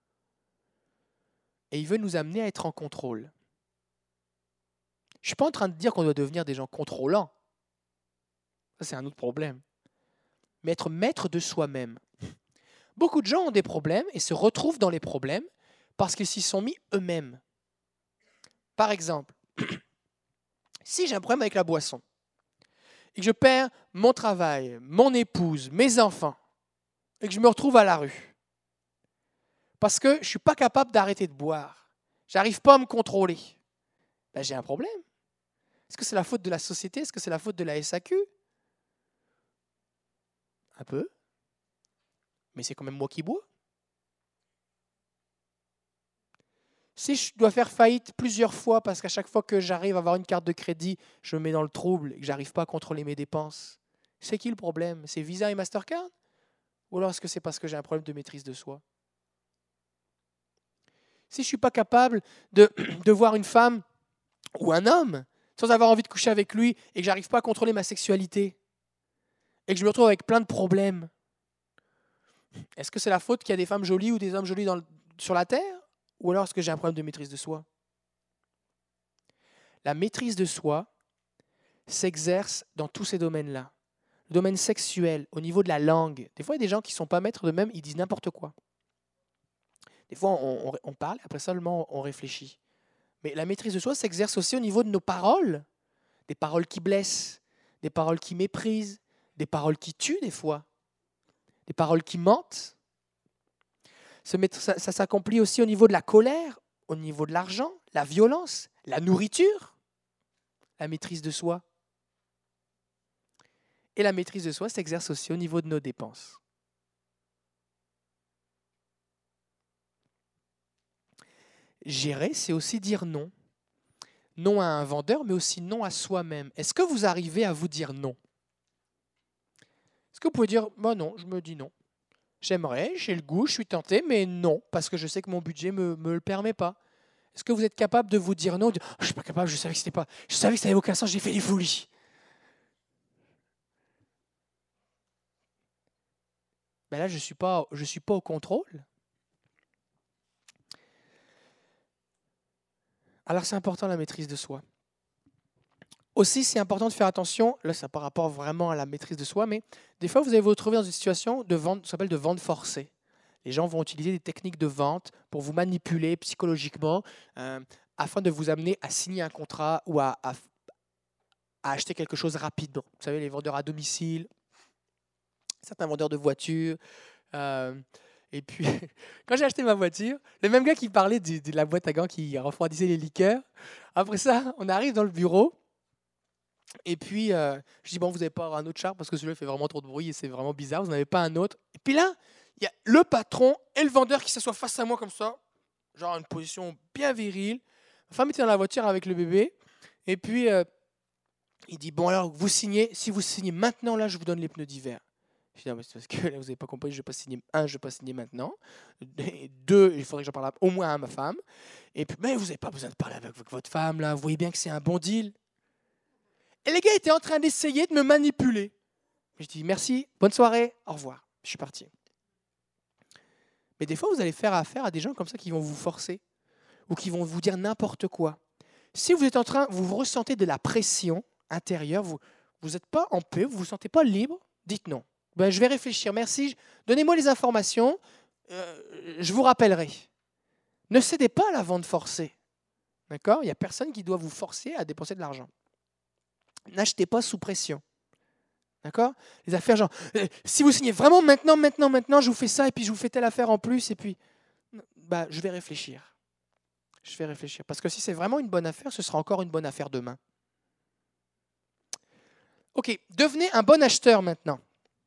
et il veut nous amener à être en contrôle. Je ne suis pas en train de dire qu'on doit devenir des gens contrôlants. Ça, c'est un autre problème. Mais être maître de soi-même. Beaucoup de gens ont des problèmes et se retrouvent dans les problèmes parce qu'ils s'y sont mis eux-mêmes. Par exemple, si j'ai un problème avec la boisson, et que je perds mon travail, mon épouse, mes enfants, et que je me retrouve à la rue, parce que je ne suis pas capable d'arrêter de boire, je n'arrive pas à me contrôler, ben, j'ai un problème. Est-ce que c'est la faute de la société? Est-ce que c'est la faute de la S A Q? Un peu. Mais c'est quand même moi qui bois. Si je dois faire faillite plusieurs fois parce qu'à chaque fois que j'arrive à avoir une carte de crédit, je me mets dans le trouble et que je n'arrive pas à contrôler mes dépenses, c'est qui le problème? C'est Visa et Mastercard? Ou alors est-ce que c'est parce que j'ai un problème de maîtrise de soi? Si je ne suis pas capable de, de voir une femme ou un homme sans avoir envie de coucher avec lui et que je n'arrive pas à contrôler ma sexualité et que je me retrouve avec plein de problèmes, est-ce que c'est la faute qu'il y a des femmes jolies ou des hommes jolis dans le, sur la terre? Ou alors est-ce que j'ai un problème de maîtrise de soi? La maîtrise de soi s'exerce dans tous ces domaines-là. Le domaine sexuel, au niveau de la langue. Des fois, il y a des gens qui ne sont pas maîtres d'eux-mêmes, ils disent n'importe quoi. Des fois, on, on, on parle, après seulement on réfléchit. Mais la maîtrise de soi s'exerce aussi au niveau de nos paroles. Des paroles qui blessent, des paroles qui méprisent, des paroles qui tuent des fois, des paroles qui mentent. Ça, ça s'accomplit aussi au niveau de la colère, au niveau de l'argent, la violence, la nourriture, la maîtrise de soi. Et la maîtrise de soi s'exerce aussi au niveau de nos dépenses. Gérer, c'est aussi dire non. Non à un vendeur, mais aussi non à soi-même. Est-ce que vous arrivez à vous dire non? Est-ce que vous pouvez dire, bah non, je me dis non. J'aimerais, j'ai le goût, je suis tenté, mais non, parce que je sais que mon budget ne me, me le permet pas. Est-ce que vous êtes capable de vous dire non? De, oh, je ne suis pas capable, je savais que c'était pas, je savais que ça n'avait aucun sens, j'ai fait des folies. Ben là, je ne suis pas, je suis pas au contrôle. Alors c'est important la maîtrise de soi. Aussi, c'est important de faire attention, là c'est par rapport vraiment à la maîtrise de soi, mais des fois vous allez vous retrouver dans une situation de vente, ça s'appelle de vente forcée. Les gens vont utiliser des techniques de vente pour vous manipuler psychologiquement euh, afin de vous amener à signer un contrat ou à, à, à acheter quelque chose rapidement. Vous savez, les vendeurs à domicile, certains vendeurs de voitures. Euh, et puis, quand j'ai acheté ma voiture, le même gars qui parlait de, de la boîte à gants qui refroidissait les liqueurs, après ça, on arrive dans le bureau. Et puis, euh, je dis, bon, vous n'avez pas un autre char parce que celui-là fait vraiment trop de bruit et c'est vraiment bizarre, vous n'avez pas un autre. Et puis là, il y a le patron et le vendeur qui s'assoient face à moi comme ça, genre une position bien virile. Ma femme était dans la voiture avec le bébé. Et puis, euh, il dit, bon, alors, vous signez, si vous signez maintenant, là, je vous donne les pneus d'hiver. Je dis, non, mais c'est parce que là, vous n'avez pas compris, je ne vais pas signer. Un, je ne vais pas signer maintenant. Et deux, il faudrait que j'en parle au moins à ma femme. Et puis, mais vous n'avez pas besoin de parler avec votre femme, là. Vous voyez bien que c'est un bon deal. Et les gars étaient en train d'essayer de me manipuler. Je dis merci, bonne soirée, au revoir. Je suis parti. Mais des fois, vous allez faire affaire à des gens comme ça qui vont vous forcer ou qui vont vous dire n'importe quoi. Si vous êtes en train, vous, vous ressentez de la pression intérieure, vous n'êtes pas en paix, vous ne vous sentez pas libre, dites non. Ben, je vais réfléchir, merci, donnez-moi les informations, euh, je vous rappellerai. Ne cédez pas à la vente forcée. D'accord? Il n'y a personne qui doit vous forcer à dépenser de l'argent. N'achetez pas sous pression. D'accord? Les affaires, genre, euh, si vous signez vraiment maintenant, maintenant, maintenant, je vous fais ça, et puis je vous fais telle affaire en plus, et puis, bah, je vais réfléchir. Je vais réfléchir. Parce que si c'est vraiment une bonne affaire, ce sera encore une bonne affaire demain. Ok, devenez un bon acheteur maintenant.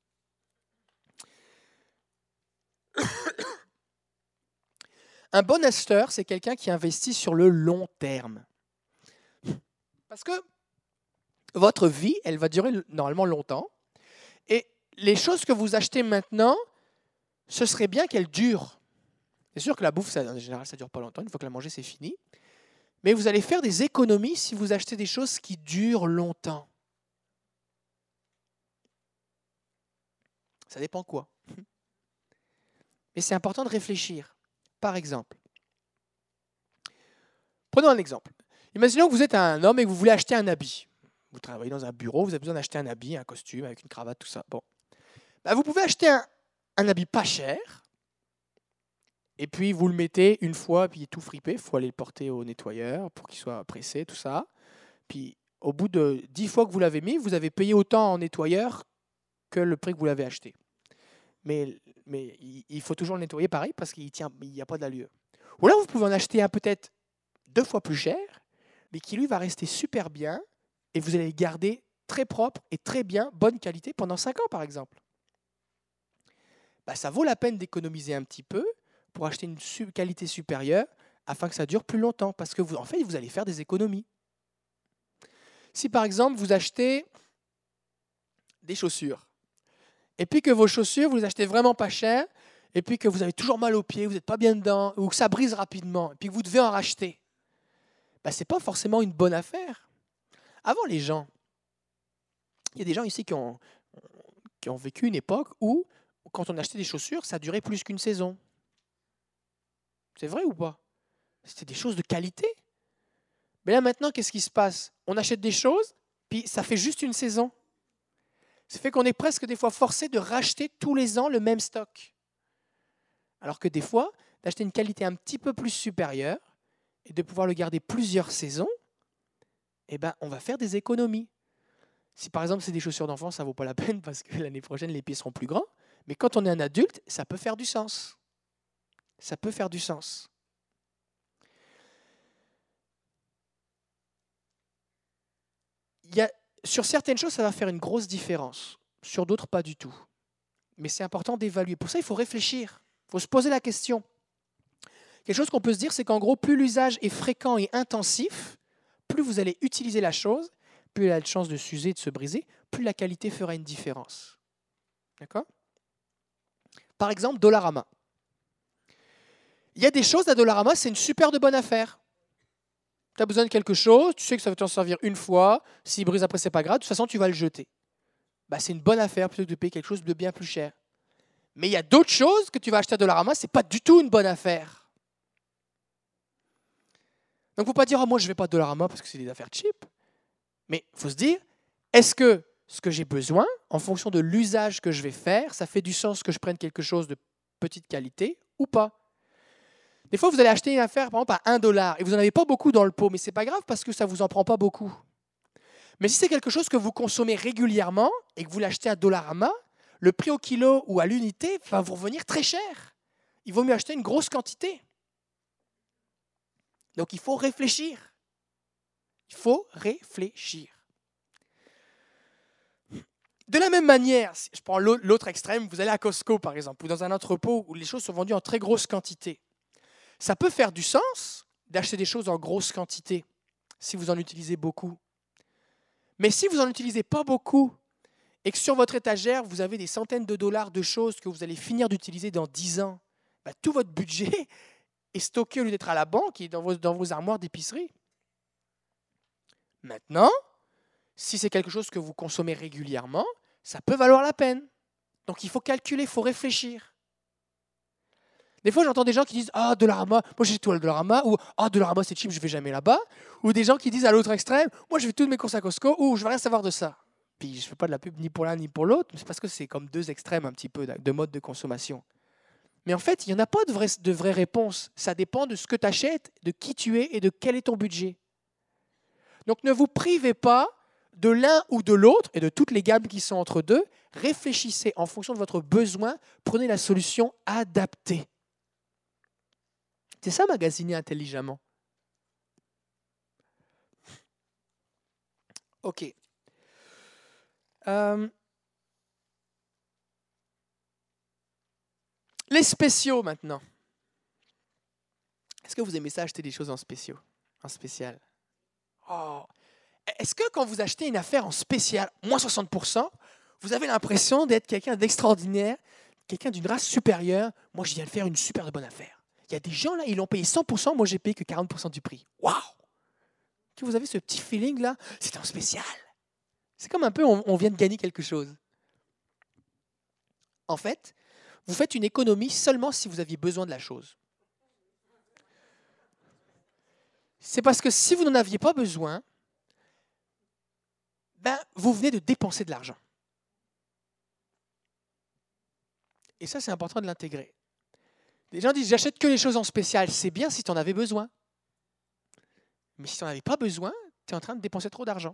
Un bon acheteur, c'est quelqu'un qui investit sur le long terme. Parce que votre vie, elle va durer normalement longtemps. Et les choses que vous achetez maintenant, ce serait bien qu'elles durent. C'est sûr que la bouffe, ça, en général, ça ne dure pas longtemps. Une fois que la manger, c'est fini. Mais vous allez faire des économies si vous achetez des choses qui durent longtemps. Ça dépend quoi. Mais c'est important de réfléchir. Par exemple, prenons un exemple. Imaginons que vous êtes un homme et que vous voulez acheter un habit. Vous travaillez dans un bureau, vous avez besoin d'acheter un habit, un costume avec une cravate, tout ça. Bon. Ben, vous pouvez acheter un, un habit pas cher Et puis, vous le mettez une fois, puis il est tout fripé. Il faut aller le porter au nettoyeur pour qu'il soit pressé, tout ça. Puis, au bout de dix fois que vous l'avez mis, vous avez payé autant en nettoyeur que le prix que vous l'avez acheté. Mais, mais il faut toujours le nettoyer pareil parce qu'il tient, il n'y a pas d'allure. Ou là, vous pouvez en acheter un peut-être deux fois plus cher, mais qui lui va rester super bien et vous allez le garder très propre et très bien, bonne qualité pendant cinq ans par exemple. Bah, ça vaut la peine d'économiser un petit peu pour acheter une su- qualité supérieure afin que ça dure plus longtemps parce que vous, en fait, vous allez faire des économies. Si par exemple vous achetez des chaussures et puis que vos chaussures, vous les achetez vraiment pas cher et puis que vous avez toujours mal aux pieds, vous n'êtes pas bien dedans ou que ça brise rapidement et puis que vous devez en racheter, bah, ce n'est pas forcément une bonne affaire. Avant les gens, il y a des gens ici qui ont, qui ont vécu une époque où quand on achetait des chaussures, ça durait plus qu'une saison. C'est vrai ou pas? C'était des choses de qualité. Mais là maintenant, qu'est-ce qui se passe? On achète des choses, puis ça fait juste une saison. Ça fait qu'on est presque des fois forcé de racheter tous les ans le même stock. Alors que des fois, d'acheter une qualité un petit peu plus supérieure et de pouvoir le garder plusieurs saisons, eh ben, on va faire des économies. Si par exemple c'est des chaussures d'enfant, ça ne vaut pas la peine parce que l'année prochaine, les pieds seront plus grands. Mais quand on est un adulte, ça peut faire du sens. Ça peut faire du sens. Il y a, sur certaines choses, ça va faire une grosse différence. Sur d'autres, pas du tout. Mais c'est important d'évaluer. Pour ça, il faut réfléchir. Il faut se poser la question. Quelque chose qu'on peut se dire, c'est qu'en gros, plus l'usage est fréquent et intensif, plus vous allez utiliser la chose, plus elle a de chances de s'user, de se briser, plus la qualité fera une différence. D'accord? Par exemple, Dollarama. Il y a des choses à Dollarama, c'est une super de bonne affaire. Tu as besoin de quelque chose, tu sais que ça va t'en servir une fois, s'il brise après, c'est pas grave, de toute façon, tu vas le jeter. Bah, c'est une bonne affaire plutôt que de payer quelque chose de bien plus cher. Mais il y a d'autres choses que tu vas acheter à Dollarama, ce n'est pas du tout une bonne affaire. Donc, il ne faut pas dire, oh, moi, je ne vais pas à Dollarama parce que c'est des affaires cheap. Mais il faut se dire, est-ce que ce que j'ai besoin, en fonction de l'usage que je vais faire, ça fait du sens que je prenne quelque chose de petite qualité ou pas? Des fois, vous allez acheter une affaire, par exemple, à un dollar et vous n'en avez pas beaucoup dans le pot, mais ce n'est pas grave parce que ça ne vous en prend pas beaucoup. Mais si c'est quelque chose que vous consommez régulièrement et que vous l'achetez à Dollarama, le prix au kilo ou à l'unité va vous revenir très cher. Il vaut mieux acheter une grosse quantité. Donc, il faut réfléchir. Il faut réfléchir. De la même manière, si je prends l'autre extrême, vous allez à Costco, par exemple, ou dans un entrepôt où les choses sont vendues en très grosse quantité. Ça peut faire du sens d'acheter des choses en grosse quantité si vous en utilisez beaucoup. Mais si vous n'en utilisez pas beaucoup et que sur votre étagère, vous avez des centaines de dollars de choses que vous allez finir d'utiliser dans dix ans, bah, tout votre budget est stocké au lieu d'être à la banque et dans vos, dans vos armoires d'épicerie. Maintenant, si c'est quelque chose que vous consommez régulièrement, ça peut valoir la peine. Donc il faut calculer, il faut réfléchir. Des fois, j'entends des gens qui disent « Ah, Dollarama, moi j'ai tout à Dollarama » ou « Ah, Dollarama, c'est cheap, je ne vais jamais là-bas » ou des gens qui disent à l'autre extrême « Moi, je fais toutes mes courses à Costco » ou « Je ne veux rien savoir de ça ». Puis je ne fais pas de la pub ni pour l'un ni pour l'autre, mais c'est parce que c'est comme deux extrêmes un petit peu de mode de consommation. Mais en fait, il n'y en a pas de vraie, de vraie réponse. Ça dépend de ce que tu achètes, de qui tu es et de quel est ton budget. Donc ne vous privez pas de l'un ou de l'autre et de toutes les gammes qui sont entre deux. Réfléchissez en fonction de votre besoin, prenez la solution adaptée. C'est ça, magasiner intelligemment. OK. Euh, les spéciaux maintenant. Est-ce que vous aimez ça, acheter des choses en spéciaux, en spécial? Oh. Est-ce que quand vous achetez une affaire en spécial, moins soixante pour cent, vous avez l'impression d'être quelqu'un d'extraordinaire, quelqu'un d'une race supérieure? Moi, je viens de faire une super bonne affaire. Il y a des gens là, ils l'ont payé cent pour cent, moi j'ai payé que quarante pour cent du prix. Waouh! Que vous avez ce petit feeling là, c'est en spécial. C'est comme un peu, on, on vient de gagner quelque chose. En fait, vous faites une économie seulement si vous aviez besoin de la chose. C'est parce que si vous n'en aviez pas besoin, ben, vous venez de dépenser de l'argent. Et ça, c'est important de l'intégrer. Des gens disent, j'achète que les choses en spécial. C'est bien si tu en avais besoin. Mais si tu n'en avais pas besoin, tu es en train de dépenser trop d'argent.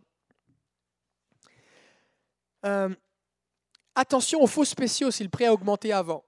Euh, attention aux faux spéciaux si le prix a augmenté avant.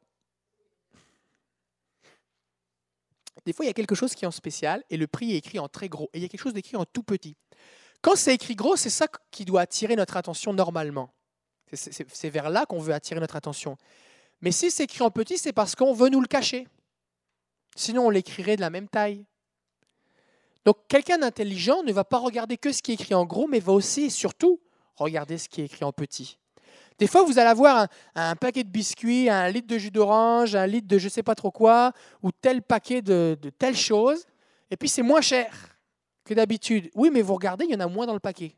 Des fois, il y a quelque chose qui est en spécial et le prix est écrit en très gros. Et il y a quelque chose d'écrit en tout petit. Quand c'est écrit gros, c'est ça qui doit attirer notre attention normalement. C'est, c'est, c'est vers là qu'on veut attirer notre attention. Mais si c'est écrit en petit, c'est parce qu'on veut nous le cacher. Sinon, on l'écrirait de la même taille. Donc, quelqu'un d'intelligent ne va pas regarder que ce qui est écrit en gros, mais va aussi et surtout regarder ce qui est écrit en petit. Des fois, vous allez avoir un, un paquet de biscuits, un litre de jus d'orange, un litre de je ne sais pas trop quoi, ou tel paquet de, de telle chose, et puis c'est moins cher que d'habitude. Oui, mais vous regardez, il y en a moins dans le paquet.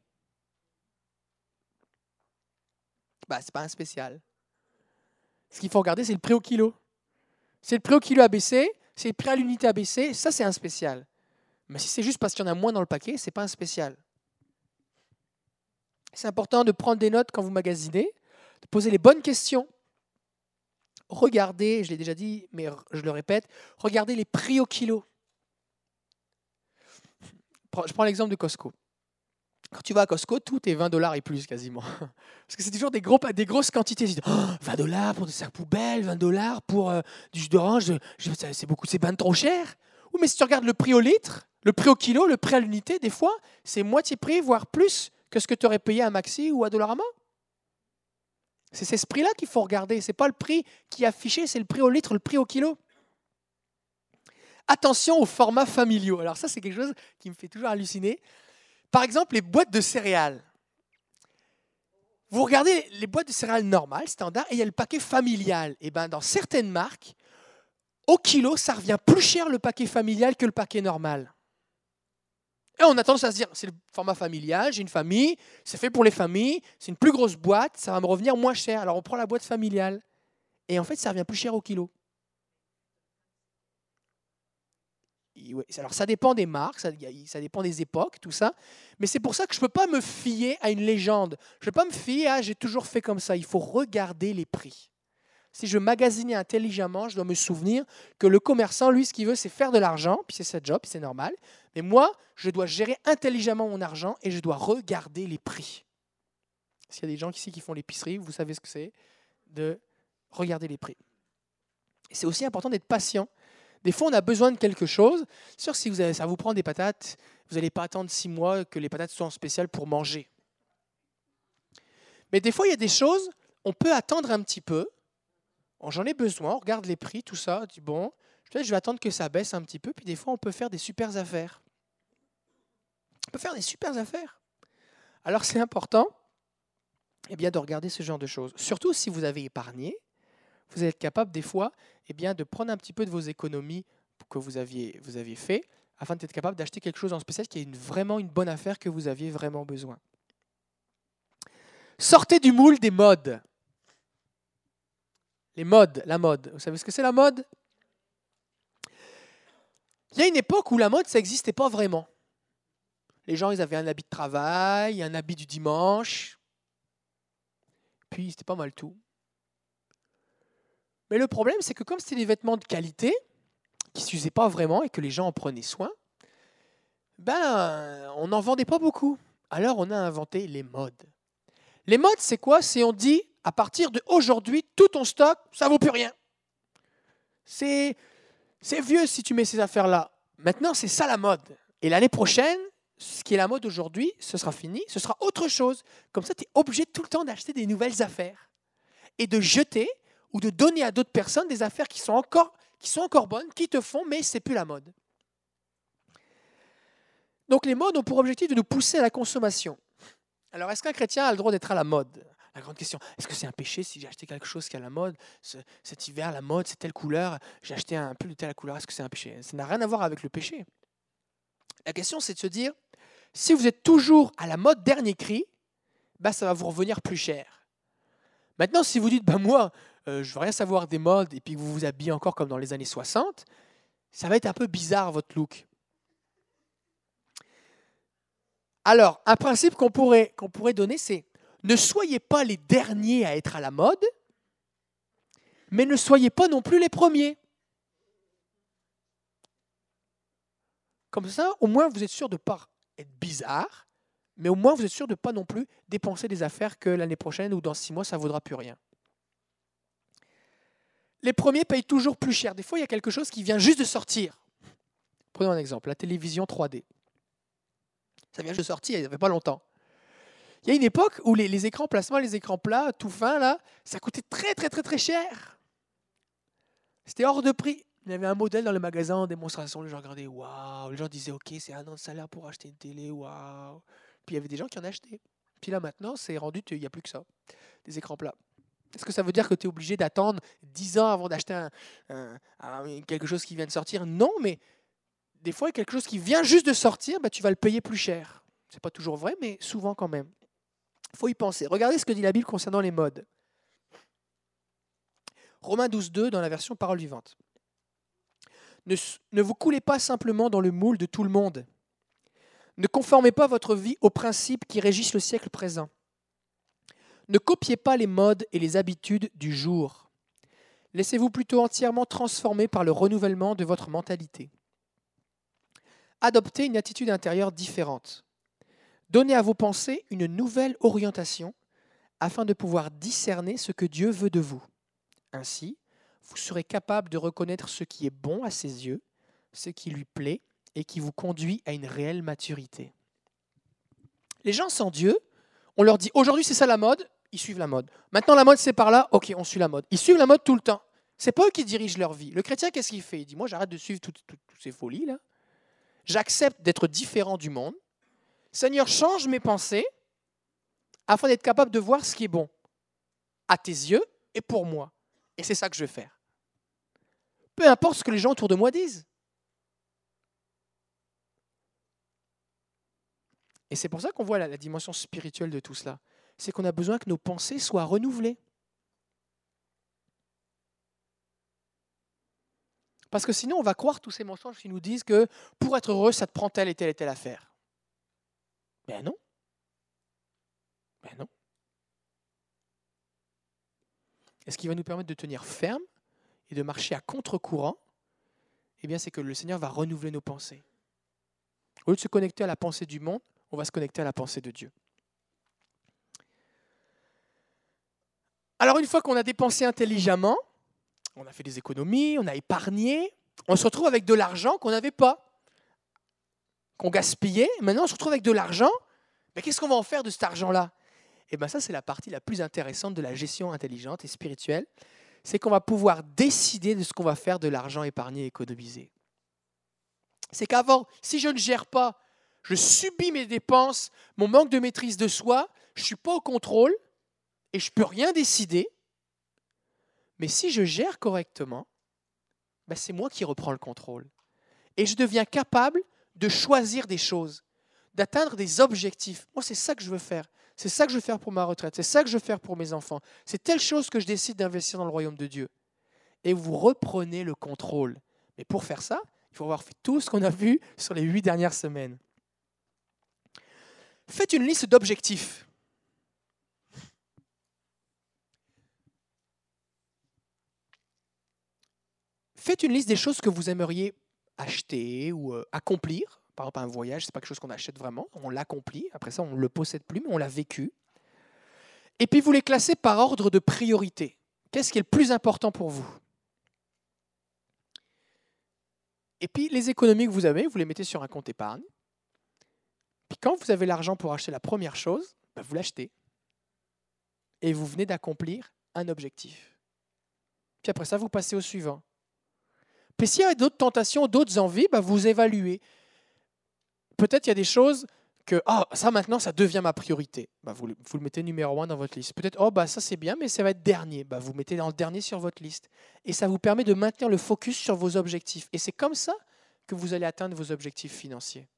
Bah, ce n'est pas un spécial. Ce qu'il faut regarder, c'est le prix au kilo. C'est le prix au kilo abaissé, c'est le prix à l'unité abaissé, ça c'est un spécial. Mais si c'est juste parce qu'il y en a moins dans le paquet, ce n'est pas un spécial. C'est important de prendre des notes quand vous magasinez, de poser les bonnes questions. Regardez, je l'ai déjà dit, mais je le répète, regardez les prix au kilo. Je prends l'exemple de Costco. Quand tu vas à Costco, tout est vingt dollars et plus quasiment. Parce que c'est toujours des, gros, des grosses quantités. Oh, vingt dollars pour des sacs poubelles, vingt dollars pour euh, du jus d'orange, c'est beaucoup, c'est bien trop cher. Oui, mais si tu regardes le prix au litre, le prix au kilo, le prix à l'unité, des fois, c'est moitié prix, voire plus que ce que tu aurais payé à Maxi ou à Dollarama. C'est, c'est ce prix-là qu'il faut regarder. Ce n'est pas le prix qui est affiché, c'est le prix au litre, le prix au kilo. Attention aux formats familiaux. Alors ça, c'est quelque chose qui me fait toujours halluciner. Par exemple, les boîtes de céréales. Vous regardez les boîtes de céréales normales, standard, et il y a le paquet familial. Et ben, dans certaines marques, au kilo, ça revient plus cher le paquet familial que le paquet normal. Et on a tendance à se dire, c'est le format familial, j'ai une famille, c'est fait pour les familles, c'est une plus grosse boîte, ça va me revenir moins cher. Alors on prend la boîte familiale. Et en fait, ça revient plus cher au kilo. Alors ça dépend des marques, ça, ça dépend des époques, tout ça. Mais c'est pour ça que je ne peux pas me fier à une légende. Je ne peux pas me fier à « j'ai toujours fait comme ça ». Il faut regarder les prix. Si je magasinais intelligemment, je dois me souvenir que le commerçant, lui, ce qu'il veut, c'est faire de l'argent, puis c'est sa job, c'est normal. Mais moi, je dois gérer intelligemment mon argent et je dois regarder les prix. S'il y a des gens ici qui font l'épicerie, vous savez ce que c'est, de regarder les prix. Et c'est aussi important d'être patient. Des fois, on a besoin de quelque chose. C'est sûr, si vous avez, ça vous prend des patates, vous n'allez pas attendre six mois que les patates soient en spécial pour manger. Mais des fois, il y a des choses, on peut attendre un petit peu. Oh, j'en ai besoin, on regarde les prix, tout ça, on dit bon, peut-être je vais attendre que ça baisse un petit peu, puis des fois on peut faire des super affaires. On peut faire des super affaires. Alors c'est important eh bien, de regarder ce genre de choses. Surtout si vous avez épargné, vous êtes capable des fois eh bien, de prendre un petit peu de vos économies que vous aviez, vous aviez fait, afin d'être capable d'acheter quelque chose en spécial qui est une, vraiment une bonne affaire que vous aviez vraiment besoin. Sortez du moule des modes. Les modes, la mode. Vous savez ce que c'est la mode? Il y a une époque où la mode, ça n'existait pas vraiment. Les gens, ils avaient un habit de travail, un habit du dimanche. Puis, c'était pas mal tout. Mais le problème, c'est que comme c'était des vêtements de qualité, qui ne s'usaient pas vraiment et que les gens en prenaient soin, ben, on n'en vendait pas beaucoup. Alors, on a inventé les modes. Les modes, c'est quoi? C'est on dit, à partir d'aujourd'hui, tout ton stock, ça ne vaut plus rien. C'est, c'est vieux si tu mets ces affaires-là. Maintenant, c'est ça la mode. Et l'année prochaine, ce qui est la mode aujourd'hui, ce sera fini, ce sera autre chose. Comme ça, tu es obligé tout le temps d'acheter des nouvelles affaires et de jeter ou de donner à d'autres personnes des affaires qui sont encore, qui sont encore bonnes, qui te font, mais ce n'est plus la mode. Donc les modes ont pour objectif de nous pousser à la consommation. Alors, est-ce qu'un chrétien a le droit d'être à la mode? La grande question, est-ce que c'est un péché si j'ai acheté quelque chose qui est à la mode? Ce, cet hiver, la mode, c'est telle couleur, j'ai acheté un pull de telle couleur, est-ce que c'est un péché? Ça n'a rien à voir avec le péché. La question, c'est de se dire, si vous êtes toujours à la mode dernier cri, bah, ça va vous revenir plus cher. Maintenant, si vous dites, bah, moi, euh, je ne veux rien savoir des modes, et puis que vous vous habillez encore comme dans les années soixante, ça va être un peu bizarre, votre look. Alors, un principe qu'on pourrait, qu'on pourrait donner, c'est ne soyez pas les derniers à être à la mode, mais ne soyez pas non plus les premiers. Comme ça, au moins, vous êtes sûr de ne pas être bizarre, mais au moins, vous êtes sûr de ne pas non plus dépenser des affaires que l'année prochaine ou dans six mois, ça ne vaudra plus rien. Les premiers payent toujours plus cher. Des fois, il y a quelque chose qui vient juste de sortir. Prenons un exemple, la télévision trois D. Ça vient juste de sortir, il n'y avait pas longtemps. Il y a une époque où les, les écrans plasma, les écrans plats, tout fin, là, ça coûtait très, très, très, très cher. C'était hors de prix. Il y avait un modèle dans le magasin en démonstration. Les gens regardaient, waouh. Les gens disaient, ok, c'est un an de salaire pour acheter une télé, waouh. Puis il y avait des gens qui en achetaient. Puis là, maintenant, c'est rendu, il n'y a plus que ça, des écrans plats. Est-ce que ça veut dire que tu es obligé d'attendre dix ans avant d'acheter un, un, un, quelque chose qui vient de sortir? Non, mais des fois, quelque chose qui vient juste de sortir, bah, tu vas le payer plus cher. Ce n'est pas toujours vrai, mais souvent quand même. Il faut y penser. Regardez ce que dit la Bible concernant les modes. Romains douze, deux, dans la version Parole vivante. Ne, ne vous coulez pas simplement dans le moule de tout le monde. Ne conformez pas votre vie aux principes qui régissent le siècle présent. Ne copiez pas les modes et les habitudes du jour. Laissez-vous plutôt entièrement transformer par le renouvellement de votre mentalité. Adoptez une attitude intérieure différente. Donnez à vos pensées une nouvelle orientation afin de pouvoir discerner ce que Dieu veut de vous. Ainsi, vous serez capable de reconnaître ce qui est bon à ses yeux, ce qui lui plaît et qui vous conduit à une réelle maturité. Les gens sans Dieu, on leur dit aujourd'hui c'est ça la mode, ils suivent la mode. Maintenant la mode c'est par là, ok on suit la mode. Ils suivent la mode tout le temps. C'est pas eux qui dirigent leur vie. Le chrétien qu'est-ce qu'il fait? Il dit moi j'arrête de suivre toutes, toutes, toutes ces folies là. J'accepte d'être différent du monde. Seigneur, change mes pensées afin d'être capable de voir ce qui est bon à tes yeux et pour moi. Et c'est ça que je vais faire. Peu importe ce que les gens autour de moi disent. Et c'est pour ça qu'on voit la, la dimension spirituelle de tout cela. C'est qu'on a besoin que nos pensées soient renouvelées. Parce que sinon, on va croire tous ces mensonges qui nous disent que pour être heureux, ça te prend telle et telle et telle affaire. Ben non. Ben non. Et ce qui va nous permettre de tenir ferme et de marcher à contre-courant, eh bien, c'est que le Seigneur va renouveler nos pensées. Au lieu de se connecter à la pensée du monde, on va se connecter à la pensée de Dieu. Alors, une fois qu'on a dépensé intelligemment, on a fait des économies, on a épargné, on se retrouve avec de l'argent qu'on n'avait pas, qu'on gaspillait. Maintenant, on se retrouve avec de l'argent. Mais qu'est-ce qu'on va en faire de cet argent-là? Et bien ça, c'est la partie la plus intéressante de la gestion intelligente et spirituelle. C'est qu'on va pouvoir décider de ce qu'on va faire de l'argent épargné et économisé. C'est qu'avant, si je ne gère pas, je subis mes dépenses, mon manque de maîtrise de soi, je ne suis pas au contrôle et je ne peux rien décider. Mais si je gère correctement, ben c'est moi qui reprends le contrôle. Et je deviens capable de choisir des choses, d'atteindre des objectifs. Moi, c'est ça que je veux faire. C'est ça que je veux faire pour ma retraite. C'est ça que je veux faire pour mes enfants. C'est telle chose que je décide d'investir dans le royaume de Dieu. Et vous reprenez le contrôle. Mais pour faire ça, il faut avoir fait tout ce qu'on a vu sur les huit dernières semaines. Faites une liste d'objectifs. Faites une liste des choses que vous aimeriez acheter ou euh, accomplir. Par exemple, un voyage, ce n'est pas quelque chose qu'on achète vraiment. On l'accomplit. Après ça, on ne le possède plus, mais on l'a vécu. Et puis, vous les classez par ordre de priorité. Qu'est-ce qui est le plus important pour vous? Et puis, les économies que vous avez, vous les mettez sur un compte épargne. Puis, quand vous avez l'argent pour acheter la première chose, ben, vous l'achetez. Et vous venez d'accomplir un objectif. Puis après ça, vous passez au suivant. Puis s'il y a d'autres tentations, d'autres envies, ben, vous évaluez. Peut-être il y a des choses que oh, ça maintenant, ça devient ma priorité. Ben, vous, vous le mettez numéro un dans votre liste. Peut-être oh, ben, ça c'est bien, mais ça va être dernier. Ben, vous mettez dans le dernier sur votre liste. Et ça vous permet de maintenir le focus sur vos objectifs. Et c'est comme ça que vous allez atteindre vos objectifs financiers.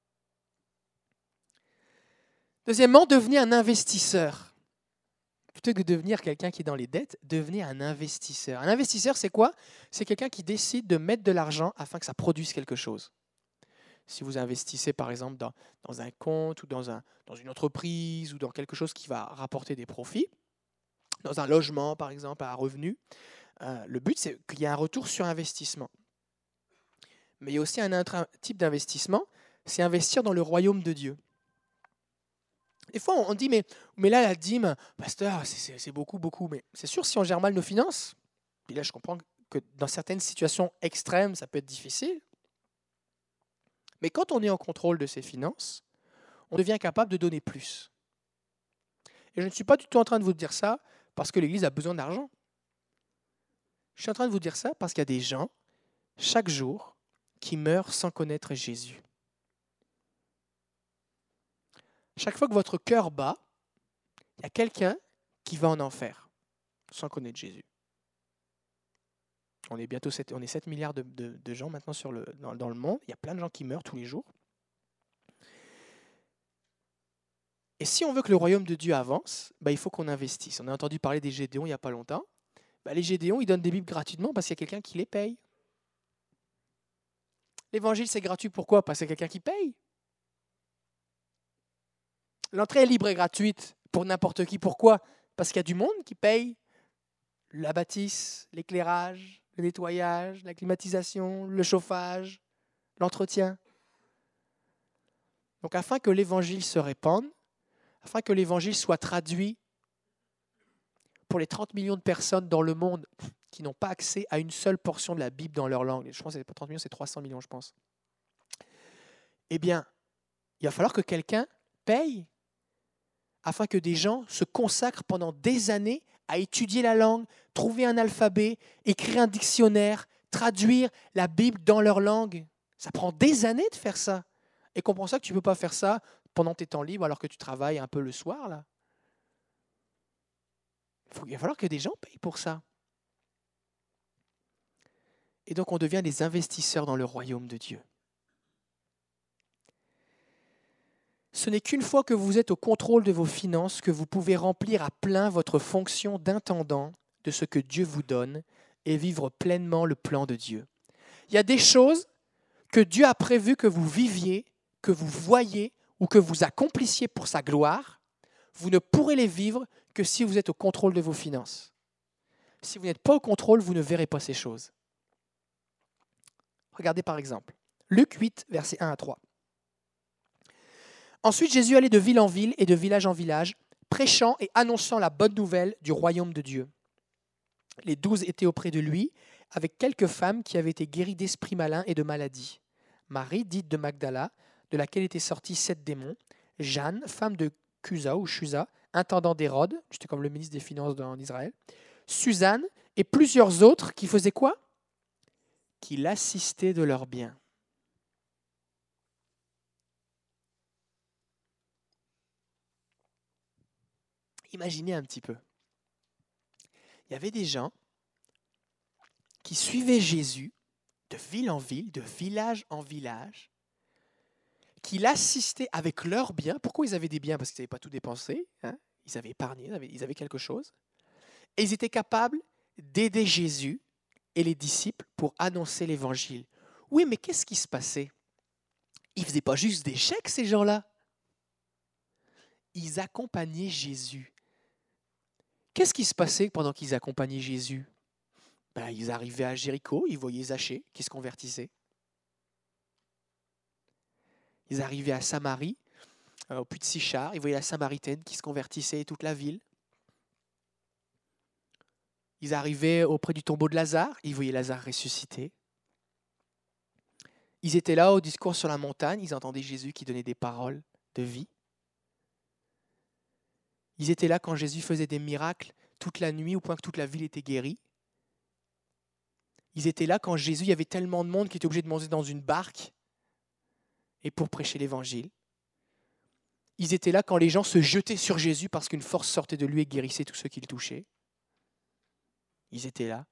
Deuxièmement, devenez un investisseur. Plutôt que de devenir quelqu'un qui est dans les dettes, devenez un investisseur. Un investisseur, c'est quoi? C'est quelqu'un qui décide de mettre de l'argent afin que ça produise quelque chose. Si vous investissez par exemple dans, dans un compte ou dans, un, dans une entreprise ou dans quelque chose qui va rapporter des profits, dans un logement par exemple à revenu, euh, le but c'est qu'il y ait un retour sur investissement. Mais il y a aussi un autre type d'investissement, c'est investir dans le royaume de Dieu. Des fois, on dit, mais, mais là, la dîme, pasteur, c'est, c'est, c'est beaucoup, beaucoup. Mais c'est sûr, si on gère mal nos finances, puis là, je comprends que dans certaines situations extrêmes, ça peut être difficile. Mais quand on est en contrôle de ses finances, on devient capable de donner plus. Et je ne suis pas du tout en train de vous dire ça parce que l'Église a besoin d'argent. Je suis en train de vous dire ça parce qu'il y a des gens, chaque jour, qui meurent sans connaître Jésus. Chaque fois que votre cœur bat, il y a quelqu'un qui va en enfer sans connaître Jésus. On est bientôt sept, on est sept milliards de, de, de gens maintenant sur le, dans, dans le monde. Il y a plein de gens qui meurent tous les jours. Et si on veut que le royaume de Dieu avance, bah, il faut qu'on investisse. On a entendu parler des Gédéons il n'y a pas longtemps. Bah, les Gédéons, ils donnent des Bibles gratuitement parce qu'il y a quelqu'un qui les paye. L'évangile, c'est gratuit. Pourquoi? Parce qu'il y a quelqu'un qui paye. L'entrée est libre et gratuite pour n'importe qui. Pourquoi? Parce qu'il y a du monde qui paye la bâtisse, l'éclairage, le nettoyage, la climatisation, le chauffage, l'entretien. Donc afin que l'évangile se répande, afin que l'évangile soit traduit pour les trente millions de personnes dans le monde qui n'ont pas accès à une seule portion de la Bible dans leur langue, je pense que c'est pas trente millions, c'est trois cents millions, je pense. Eh bien, il va falloir que quelqu'un paye afin que des gens se consacrent pendant des années à étudier la langue, trouver un alphabet, écrire un dictionnaire, traduire la Bible dans leur langue. Ça prend des années de faire ça. Et comprends ça que tu ne peux pas faire ça pendant tes temps libres alors que tu travailles un peu le soir, là. Il va falloir que des gens payent pour ça. Et donc on devient des investisseurs dans le royaume de Dieu. Ce n'est qu'une fois que vous êtes au contrôle de vos finances que vous pouvez remplir à plein votre fonction d'intendant de ce que Dieu vous donne et vivre pleinement le plan de Dieu. Il y a des choses que Dieu a prévues que vous viviez, que vous voyez ou que vous accomplissiez pour sa gloire. Vous ne pourrez les vivre que si vous êtes au contrôle de vos finances. Si vous n'êtes pas au contrôle, vous ne verrez pas ces choses. Regardez par exemple, Luc huit, versets un à trois. Ensuite, Jésus allait de ville en ville et de village en village, prêchant et annonçant la bonne nouvelle du royaume de Dieu. Les douze étaient auprès de lui, avec quelques femmes qui avaient été guéries d'esprits malins et de maladies. Marie, dite de Magdala, de laquelle étaient sortis sept démons. Jeanne, femme de Cusa ou Chusa, intendant d'Hérode, c'était comme le ministre des Finances en Israël. Suzanne et plusieurs autres qui faisaient quoi? Qui l'assistaient de leurs biens. Imaginez un petit peu. Il y avait des gens qui suivaient Jésus de ville en ville, de village en village, qui l'assistaient avec leurs biens. Pourquoi ils avaient des biens? Parce qu'ils n'avaient pas tout dépensé. Hein? Ils avaient épargné, ils avaient, ils avaient quelque chose. Et ils étaient capables d'aider Jésus et les disciples pour annoncer l'évangile. Oui, mais qu'est-ce qui se passait? Ils ne faisaient pas juste des chèques, ces gens-là. Ils accompagnaient Jésus. Qu'est-ce qui se passait pendant qu'ils accompagnaient Jésus? Ben, ils arrivaient à Jéricho, ils voyaient Zachée qui se convertissait. Ils arrivaient à Samarie, euh, au puits de Sichar, ils voyaient la Samaritaine qui se convertissait, toute la ville. Ils arrivaient auprès du tombeau de Lazare, ils voyaient Lazare ressuscité. Ils étaient là au discours sur la montagne, ils entendaient Jésus qui donnait des paroles de vie. Ils étaient là quand Jésus faisait des miracles toute la nuit au point que toute la ville était guérie. Ils étaient là quand Jésus, il y avait tellement de monde qu'il était obligé de monter dans une barque et pour prêcher l'évangile. Ils étaient là quand les gens se jetaient sur Jésus parce qu'une force sortait de lui et guérissait tous ceux qui le touchaient. Ils étaient là.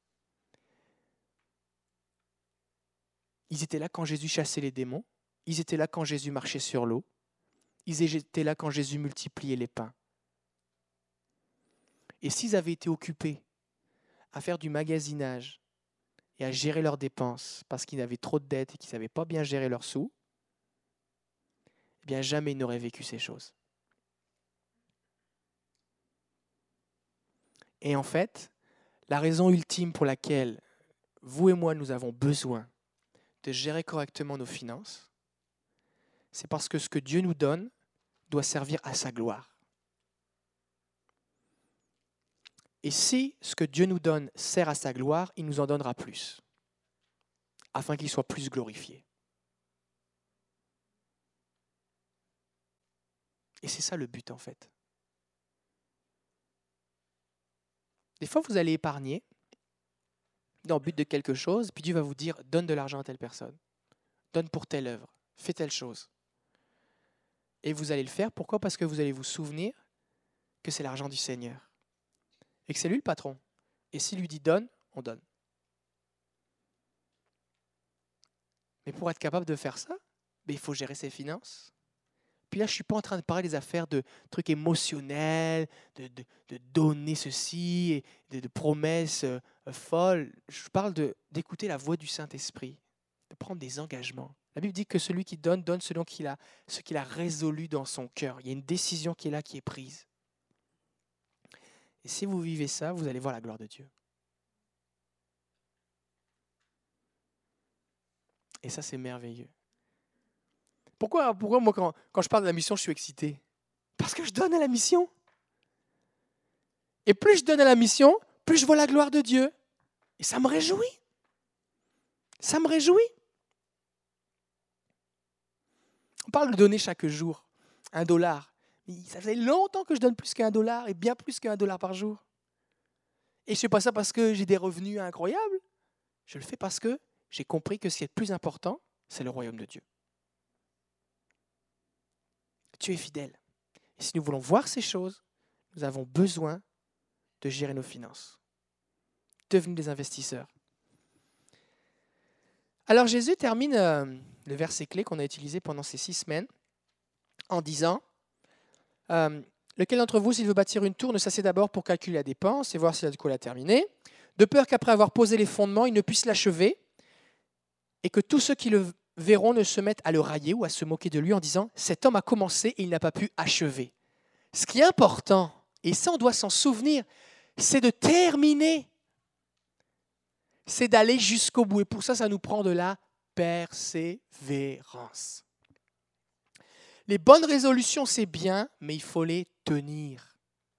Ils étaient là quand Jésus chassait les démons. Ils étaient là quand Jésus marchait sur l'eau. Ils étaient là quand Jésus multipliait les pains. Et s'ils avaient été occupés à faire du magasinage et à gérer leurs dépenses parce qu'ils avaient trop de dettes et qu'ils ne savaient pas bien gérer leurs sous, eh bien jamais ils n'auraient vécu ces choses. Et en fait, la raison ultime pour laquelle vous et moi, nous avons besoin de gérer correctement nos finances, c'est parce que ce que Dieu nous donne doit servir à sa gloire. Et si ce que Dieu nous donne sert à sa gloire, il nous en donnera plus, afin qu'il soit plus glorifié. Et c'est ça le but en fait. Des fois, vous allez épargner dans le but de quelque chose, puis Dieu va vous dire, donne de l'argent à telle personne, donne pour telle œuvre, fais telle chose. Et vous allez le faire, pourquoi? Parce que vous allez vous souvenir que c'est l'argent du Seigneur et que c'est lui le patron. Et s'il lui dit donne, on donne. Mais pour être capable de faire ça, ben, il faut gérer ses finances. Puis là, je ne suis pas en train de parler des affaires de trucs émotionnels, de, de, de donner ceci, et de, de promesses euh, folles. Je parle de, d'écouter la voix du Saint-Esprit, de prendre des engagements. La Bible dit que celui qui donne, donne selon qu'il a, ce qu'il a résolu dans son cœur. Il y a une décision qui est là, qui est prise. Et si vous vivez ça, vous allez voir la gloire de Dieu. Et ça, c'est merveilleux. Pourquoi, pourquoi moi, quand, quand je parle de la mission, je suis excité? Parce que je donne à la mission. Et plus je donne à la mission, plus je vois la gloire de Dieu. Et ça me réjouit. Ça me réjouit. On parle de donner chaque jour un dollar. Ça fait longtemps que je donne plus qu'un dollar et bien plus qu'un dollar par jour. Et je ne fais pas ça parce que j'ai des revenus incroyables. Je le fais parce que j'ai compris que ce qui est le plus important, c'est le royaume de Dieu. Dieu est fidèle. Et si nous voulons voir ces choses, nous avons besoin de gérer nos finances. Devenir des investisseurs. Alors Jésus termine euh, le verset clé qu'on a utilisé pendant ces six semaines en disant euh, « Lequel d'entre vous, s'il veut bâtir une tour, ne s'assied d'abord pour calculer la dépense et voir s'il a de quoi la terminer, de peur qu'après avoir posé les fondements, il ne puisse l'achever et que tous ceux qui le verront ne se mettent à le railler ou à se moquer de lui en disant « Cet homme a commencé et il n'a pas pu achever. » Ce qui est important, et ça on doit s'en souvenir, c'est de terminer. C'est d'aller jusqu'au bout. Et pour ça, ça nous prend de la persévérance. Les bonnes résolutions, c'est bien, mais il faut les tenir.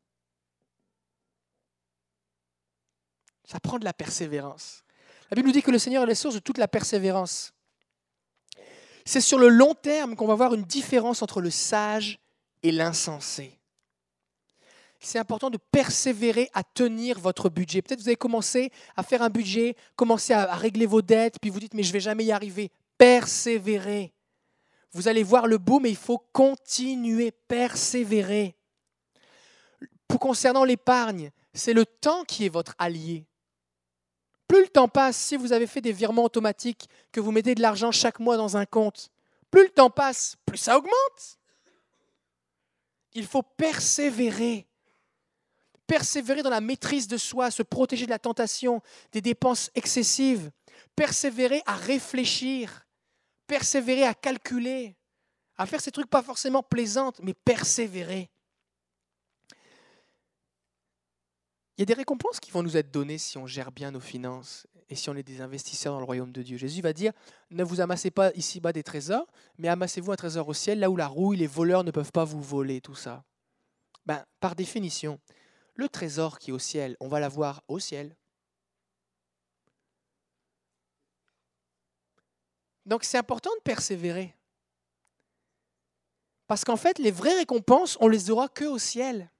Ça prend de la persévérance. La Bible nous dit que le Seigneur est la source de toute la persévérance. C'est sur le long terme qu'on va voir une différence entre le sage et l'insensé. C'est important de persévérer à tenir votre budget. Peut-être vous avez commencé à faire un budget, commencé à régler vos dettes, puis vous dites « mais je ne vais jamais y arriver ». Persévérez. Vous allez voir le bout, mais il faut continuer, persévérer. Pour concernant l'épargne, c'est le temps qui est votre allié. Plus le temps passe, si vous avez fait des virements automatiques, que vous mettez de l'argent chaque mois dans un compte, plus le temps passe, plus ça augmente. Il faut persévérer. Persévérer dans la maîtrise de soi, se protéger de la tentation, des dépenses excessives. Persévérer à réfléchir. Persévérer à calculer. À faire ces trucs pas forcément plaisants, mais persévérer. Il y a des récompenses qui vont nous être données si on gère bien nos finances et si on est des investisseurs dans le royaume de Dieu. Jésus va dire, ne vous amassez pas ici-bas des trésors, mais amassez-vous un trésor au ciel, là où la rouille, les voleurs ne peuvent pas vous voler, tout ça. Ben, par définition, le trésor qui est au ciel, on va l'avoir au ciel. Donc c'est important de persévérer. Parce qu'en fait, les vraies récompenses, on les aura qu'au ciel.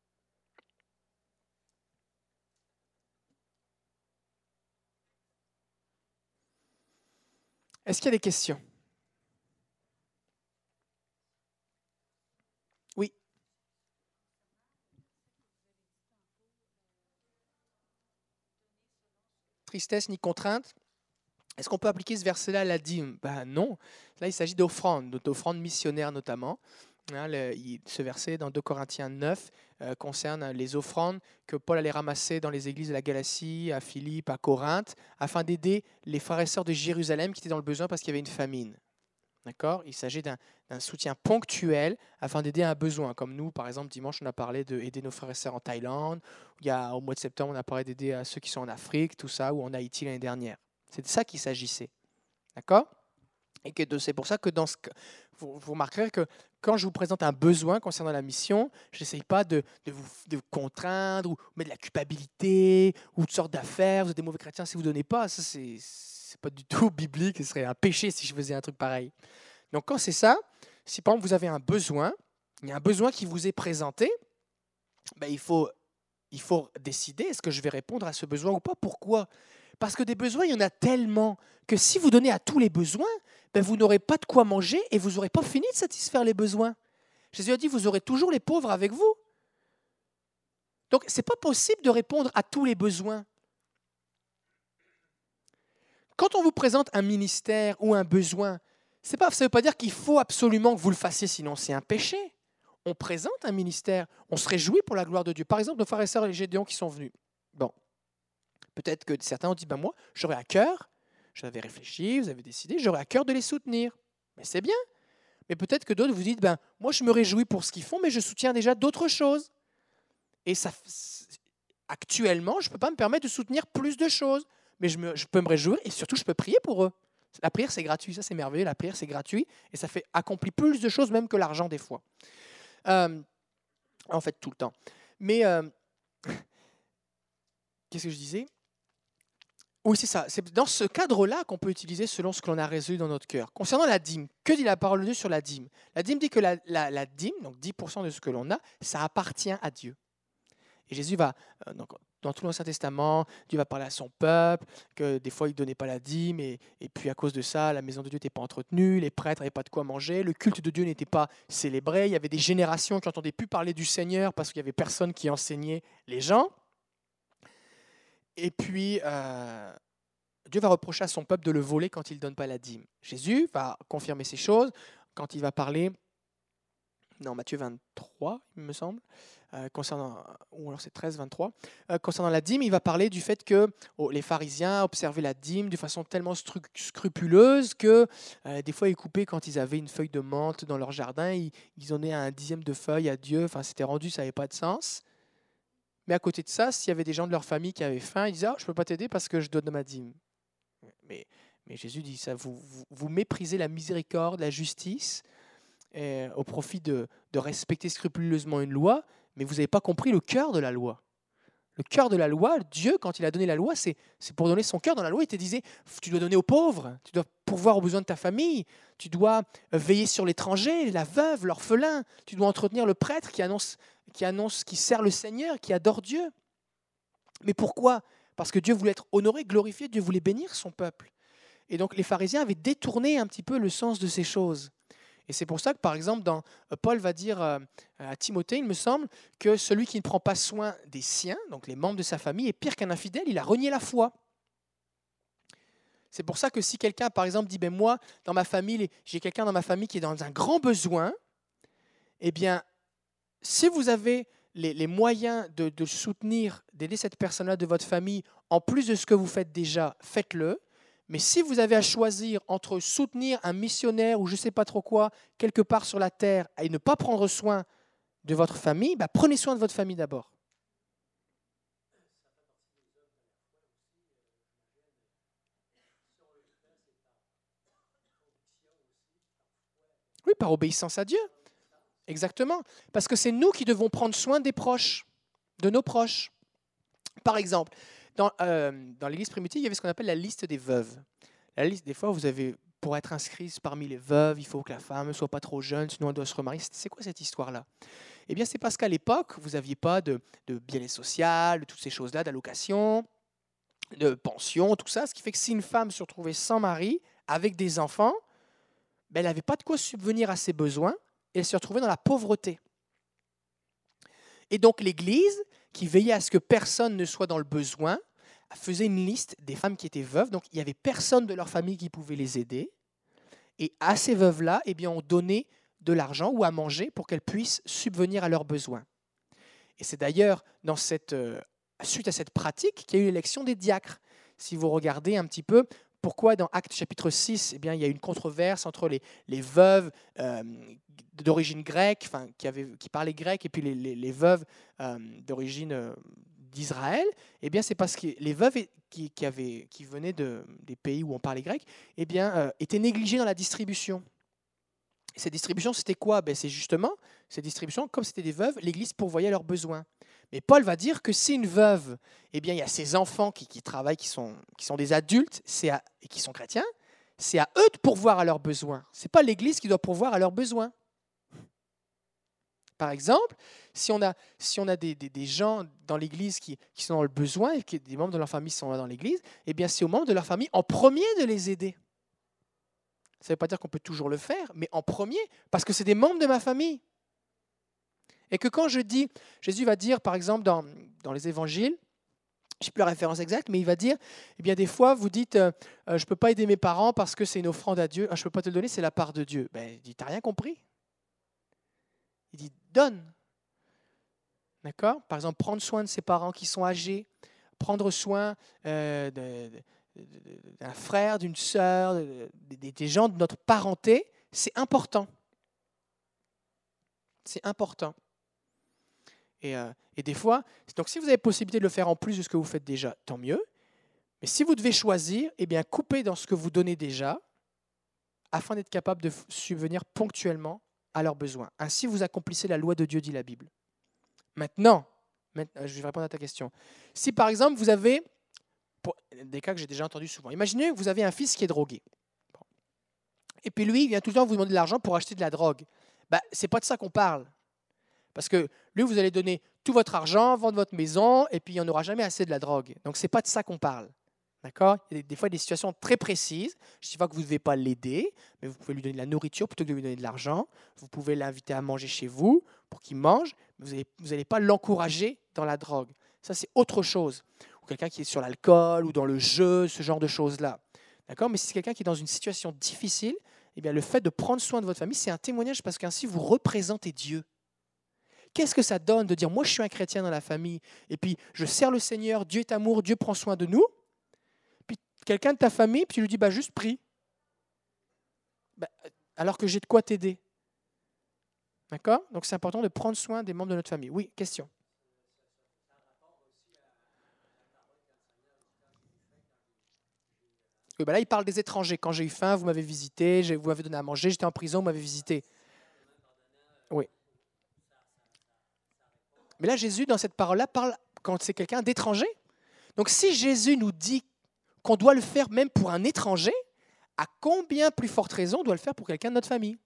Est-ce qu'il y a des questions? Oui. Tristesse ni contrainte. Est-ce qu'on peut appliquer ce verset-là à la dîme? Ben non. Là, il s'agit d'offrandes, d'offrandes missionnaires notamment. Hein, le, il, ce verset dans deux Corinthiens neuf euh, concerne les offrandes que Paul allait ramasser dans les églises de la Galatie, à Philippe, à Corinthe, afin d'aider les frères et sœurs de Jérusalem qui étaient dans le besoin parce qu'il y avait une famine. D'accord? Il s'agit d'un, d'un soutien ponctuel afin d'aider à un besoin. Comme nous, par exemple, dimanche, on a parlé d'aider nos frères et sœurs en Thaïlande. Il y a, au mois de septembre, on a parlé d'aider à ceux qui sont en Afrique, tout ça, ou en Haïti l'année dernière. C'est de ça qu'il s'agissait. D'accord? Et que de- c'est pour ça que dans ce, vous, vous remarquerez que quand je vous présente un besoin concernant la mission, je n'essaye pas de, de vous de vous contraindre ou mettre de la culpabilité ou toutes sortes d'affaires. Vous êtes des mauvais chrétiens si vous ne donnez pas. Ça, c'est c'est pas du tout biblique. Ce serait un péché si je faisais un truc pareil. Donc quand c'est ça, si par exemple vous avez un besoin, il y a un besoin qui vous est présenté, ben, il faut, il faut décider, est-ce que je vais répondre à ce besoin ou pas? Pourquoi? Parce que des besoins, il y en a tellement que si vous donnez à tous les besoins, ben vous n'aurez pas de quoi manger et vous n'aurez pas fini de satisfaire les besoins. Jésus a dit, vous aurez toujours les pauvres avec vous. Donc, ce n'est pas possible de répondre à tous les besoins. Quand on vous présente un ministère ou un besoin, c'est pas, ça ne veut pas dire qu'il faut absolument que vous le fassiez, sinon c'est un péché. On présente un ministère, on se réjouit pour la gloire de Dieu. Par exemple, nos frères et sœurs les Gédéons qui sont venus. Bon, peut-être que certains ont dit, ben moi, j'aurais à cœur, j'avais réfléchi, vous avez décidé, j'aurais à cœur de les soutenir. Mais c'est bien. Mais peut-être que d'autres vous dites, ben moi je me réjouis pour ce qu'ils font, mais je soutiens déjà d'autres choses. Et ça, actuellement, je ne peux pas me permettre de soutenir plus de choses, mais je, me, je peux me réjouir et surtout je peux prier pour eux. La prière, c'est gratuit, ça c'est merveilleux, la prière, c'est gratuit, et ça fait accomplir plus de choses même que l'argent des fois. Euh, en fait, tout le temps. Mais, euh, qu'est-ce que je disais? Oui, c'est ça. C'est dans ce cadre-là qu'on peut utiliser selon ce que l'on a résolu dans notre cœur. Concernant la dîme, que dit la parole de Dieu sur la dîme? La dîme dit que la, la, la dîme, donc dix pour cent de ce que l'on a, ça appartient à Dieu. Et Jésus va, euh, donc, dans tout l'Ancien Testament, Dieu va parler à son peuple, que des fois il ne donnait pas la dîme, et, et puis à cause de ça, la maison de Dieu n'était pas entretenue, les prêtres n'avaient pas de quoi manger, le culte de Dieu n'était pas célébré, il y avait des générations qui n'entendaient plus parler du Seigneur parce qu'il n'y avait personne qui enseignait les gens. Et puis, euh, Dieu va reprocher à son peuple de le voler quand il ne donne pas la dîme. Jésus va confirmer ces choses quand il va parler, dans Matthieu vingt-trois, il me semble, euh, concernant, ou alors c'est treize, vingt-trois, euh, concernant la dîme, il va parler du fait que oh, les pharisiens observaient la dîme de façon tellement stru- scrupuleuse que euh, des fois ils coupaient quand ils avaient une feuille de menthe dans leur jardin, ils, ils donnaient un dixième de feuille à Dieu, enfin c'était rendu, ça n'avait pas de sens. Mais à côté de ça, s'il y avait des gens de leur famille qui avaient faim, ils disaient ah, « je ne peux pas t'aider parce que je donne ma dîme ». Mais, mais Jésus dit ça, vous, vous, vous méprisez la miséricorde, la justice, euh, au profit de, de respecter scrupuleusement une loi, mais vous n'avez pas compris le cœur de la loi. Le cœur de la loi, Dieu, quand il a donné la loi, c'est, c'est pour donner son cœur dans la loi. Il te disait, tu dois donner aux pauvres, tu dois pourvoir aux besoins de ta famille, tu dois veiller sur l'étranger, la veuve, l'orphelin, tu dois entretenir le prêtre qui annonce, qui annonce, qui sert le Seigneur, qui adore Dieu. Mais pourquoi ? Parce que Dieu voulait être honoré, glorifié, Dieu voulait bénir son peuple. Et donc les pharisiens avaient détourné un petit peu le sens de ces choses. Et c'est pour ça que, par exemple, dans, Paul va dire à Timothée, il me semble, que celui qui ne prend pas soin des siens, donc les membres de sa famille, est pire qu'un infidèle, il a renié la foi. C'est pour ça que si quelqu'un, par exemple, dit, ben moi, dans ma famille, j'ai quelqu'un dans ma famille qui est dans un grand besoin, eh bien, si vous avez les, les moyens de, de soutenir, d'aider cette personne-là de votre famille, en plus de ce que vous faites déjà, faites-le. Mais si vous avez à choisir entre soutenir un missionnaire ou je ne sais pas trop quoi, quelque part sur la terre, et ne pas prendre soin de votre famille, bah prenez soin de votre famille d'abord. Oui, par obéissance à Dieu. Exactement. Parce que c'est nous qui devons prendre soin des proches, de nos proches. Par exemple, dans, euh, dans l'Église primitive, il y avait ce qu'on appelle la liste des veuves. La liste, des fois, vous avez, pour être inscrit parmi les veuves, il faut que la femme ne soit pas trop jeune, sinon elle doit se remarier. C'est quoi cette histoire-là? Eh bien, c'est parce qu'à l'époque, vous n'aviez pas de, de bien-être social, de toutes ces choses-là, d'allocation, de pension, tout ça. Ce qui fait que si une femme se retrouvait sans mari, avec des enfants, ben, elle n'avait pas de quoi subvenir à ses besoins et elle se retrouvait dans la pauvreté. Et donc, l'Église, qui veillait à ce que personne ne soit dans le besoin, faisait une liste des femmes qui étaient veuves. Donc, il n'y avait personne de leur famille qui pouvait les aider. Et à ces veuves-là, eh bien, on donnait de l'argent ou à manger pour qu'elles puissent subvenir à leurs besoins. Et c'est d'ailleurs dans cette, euh, suite à cette pratique qu'il y a eu l'élection des diacres. Si vous regardez un petit peu, pourquoi dans Actes chapitre six, eh bien, il y a une controverse entre les, les veuves euh, d'origine grecque, enfin, qui, avaient, qui parlaient grec, et puis les, les, les veuves euh, d'origine euh, d'Israël, eh bien, c'est parce que les veuves qui, qui, avaient, qui venaient de, des pays où on parlait grec eh bien, euh, étaient négligées dans la distribution. Et cette distribution, c'était quoi? Ben, c'est justement, cette distribution, comme c'était des veuves, l'Église pourvoyait leurs besoins. Mais Paul va dire que si une veuve, eh bien, il y a ses enfants qui, qui travaillent, qui sont, qui sont des adultes c'est à, et qui sont chrétiens, c'est à eux de pourvoir à leurs besoins. Ce n'est pas l'Église qui doit pourvoir à leurs besoins. Par exemple, si on a, si on a des, des, des gens dans l'Église qui, qui sont dans le besoin et que des membres de leur famille sont là dans l'Église, eh bien, c'est aux membres de leur famille en premier de les aider. Ça ne veut pas dire qu'on peut toujours le faire, mais en premier, parce que c'est des membres de ma famille. Et que quand je dis, Jésus va dire, par exemple, dans, dans les évangiles, je n'ai plus la référence exacte, mais il va dire, eh bien, des fois, vous dites, euh, euh, je ne peux pas aider mes parents parce que c'est une offrande à Dieu. Ah, je ne peux pas te le donner, c'est la part de Dieu. Ben, il dit, tu n'as rien compris. Il dit, donne. D'accord? Par exemple, prendre soin de ses parents qui sont âgés, prendre soin euh, de, de, de, d'un frère, d'une sœur, de, de, des gens de notre parenté, c'est important. C'est important. Et, euh, et des fois, donc si vous avez possibilité de le faire en plus de ce que vous faites déjà, tant mieux. Mais si vous devez choisir, eh bien, coupez dans ce que vous donnez déjà, afin d'être capable de subvenir ponctuellement à leurs besoins. Ainsi, vous accomplissez la loi de Dieu, dit la Bible. Maintenant, maintenant, je vais répondre à ta question. Si par exemple, vous avez, pour des cas que j'ai déjà entendus souvent, imaginez que vous avez un fils qui est drogué. Bon. Et puis lui, il vient tout le temps vous demander de l'argent pour acheter de la drogue. Ben, ce n'est pas de ça qu'on parle. Parce que lui, vous allez donner tout votre argent, vendre votre maison, et puis il n'y en aura jamais assez de la drogue. Donc, ce n'est pas de ça qu'on parle. D'accord? Il y a des fois des situations très précises. Je ne dis pas que vous ne devez pas l'aider, mais vous pouvez lui donner de la nourriture plutôt que de lui donner de l'argent. Vous pouvez l'inviter à manger chez vous pour qu'il mange, mais vous n'allez pas l'encourager dans la drogue. Ça, c'est autre chose. Ou quelqu'un qui est sur l'alcool ou dans le jeu, ce genre de choses-là. D'accord? Mais si c'est quelqu'un qui est dans une situation difficile, eh bien, le fait de prendre soin de votre famille, c'est un témoignage parce qu'ainsi, vous représentez Dieu. Qu'est-ce que ça donne de dire, moi, je suis un chrétien dans la famille, et puis je sers le Seigneur, Dieu est amour, Dieu prend soin de nous. Puis quelqu'un de ta famille, puis tu lui dis, bah, juste prie. Bah, alors que j'ai de quoi t'aider. D'accord? Donc c'est important de prendre soin des membres de notre famille. Oui, question. Oui, bah là, il parle des étrangers. Quand j'ai eu faim, vous m'avez visité, vous m'avez donné à manger, j'étais en prison, vous m'avez visité. Oui. Mais là, Jésus, dans cette parole-là, parle quand c'est quelqu'un d'étranger. Donc si Jésus nous dit qu'on doit le faire même pour un étranger, à combien plus forte raison on doit le faire pour quelqu'un de notre famille?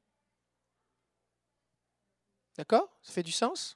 D'accord? Ça fait du sens?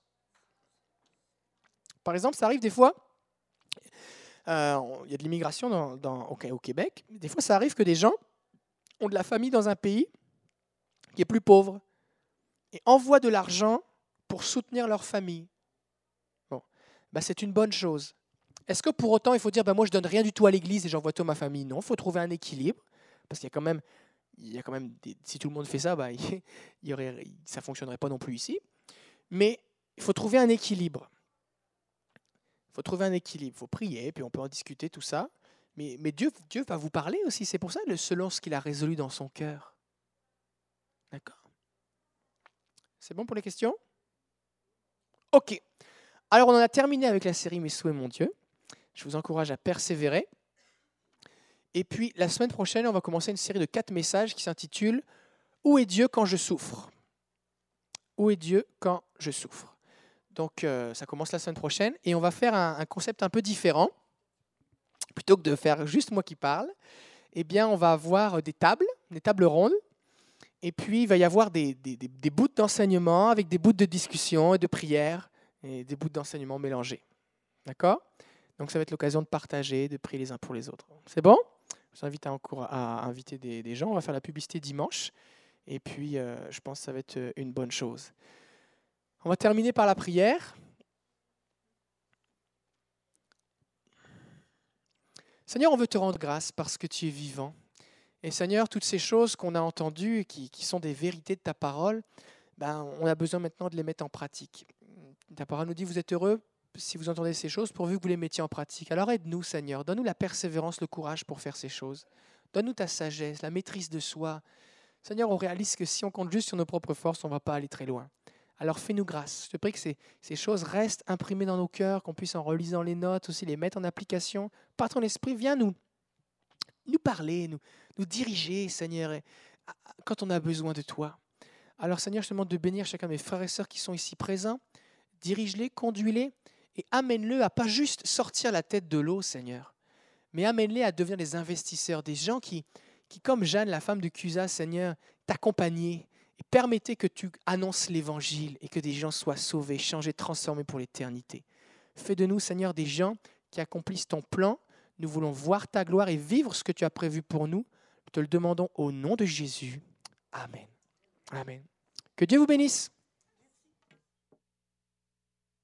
Par exemple, ça arrive des fois, euh, il y a de l'immigration dans, dans, au, au Québec, des fois ça arrive que des gens ont de la famille dans un pays qui est plus pauvre et envoient de l'argent pour soutenir leur famille. Bon, ben, c'est une bonne chose. Est-ce que pour autant il faut dire ben, moi je donne rien du tout à l'église et j'envoie tout à ma famille? Non, il faut trouver un équilibre, parce qu'il y a quand même, il y a quand même des, si tout le monde fait ça, ben, il y aurait, ça ne fonctionnerait pas non plus ici. Mais il faut trouver un équilibre. Il faut trouver un équilibre. Il faut prier, puis on peut en discuter, tout ça. Mais, mais Dieu, Dieu va vous parler aussi. C'est pour ça, le, selon ce qu'il a résolu dans son cœur. D'accord? C'est bon pour les questions? Ok. Alors, on en a terminé avec la série Mes souhaits, mon Dieu. Je vous encourage à persévérer. Et puis, la semaine prochaine, on va commencer une série de quatre messages qui s'intitule « Où est Dieu quand je souffre ?» Où est Dieu quand je souffre? Donc, euh, ça commence la semaine prochaine et on va faire un, un concept un peu différent. Plutôt que de faire juste moi qui parle, eh bien, on va avoir des tables, des tables rondes, et puis il va y avoir des, des, des, des bouts d'enseignement avec des bouts de discussion et de prière et des bouts d'enseignement mélangés. D'accord? Donc, ça va être l'occasion de partager, de prier les uns pour les autres. C'est bon? Je vous invite à, à inviter des, des gens. On va faire la publicité dimanche. Et puis, euh, je pense que ça va être une bonne chose. On va terminer par la prière. Seigneur, on veut te rendre grâce parce que tu es vivant. Et Seigneur, toutes ces choses qu'on a entendues et qui, qui sont des vérités de ta parole, ben, on a besoin maintenant de les mettre en pratique. Ta parole nous dit, vous êtes heureux si vous entendez ces choses, pourvu que vous les mettiez en pratique. Alors aide-nous, Seigneur. Donne-nous la persévérance, le courage pour faire ces choses. Donne-nous ta sagesse, la maîtrise de soi. Seigneur, on réalise que si on compte juste sur nos propres forces, on ne va pas aller très loin. Alors fais-nous grâce. Je te prie que ces, ces choses restent imprimées dans nos cœurs, qu'on puisse en relisant les notes aussi les mettre en application. Par ton esprit, viens nous, nous parler, nous, nous diriger, Seigneur, et- quand on a besoin de toi. Alors Seigneur, je te demande de bénir chacun de mes frères et sœurs qui sont ici présents. Dirige-les, conduis-les et amène-le à pas juste sortir la tête de l'eau, Seigneur, mais amène-les à devenir des investisseurs, des gens qui, qui comme Jeanne, la femme de Cusa, Seigneur, t'accompagnaient et permettaient que tu annonces l'Évangile et que des gens soient sauvés, changés, transformés pour l'éternité. Fais de nous, Seigneur, des gens qui accomplissent ton plan. Nous voulons voir ta gloire et vivre ce que tu as prévu pour nous. Nous te le demandons au nom de Jésus. Amen. Amen. Que Dieu vous bénisse.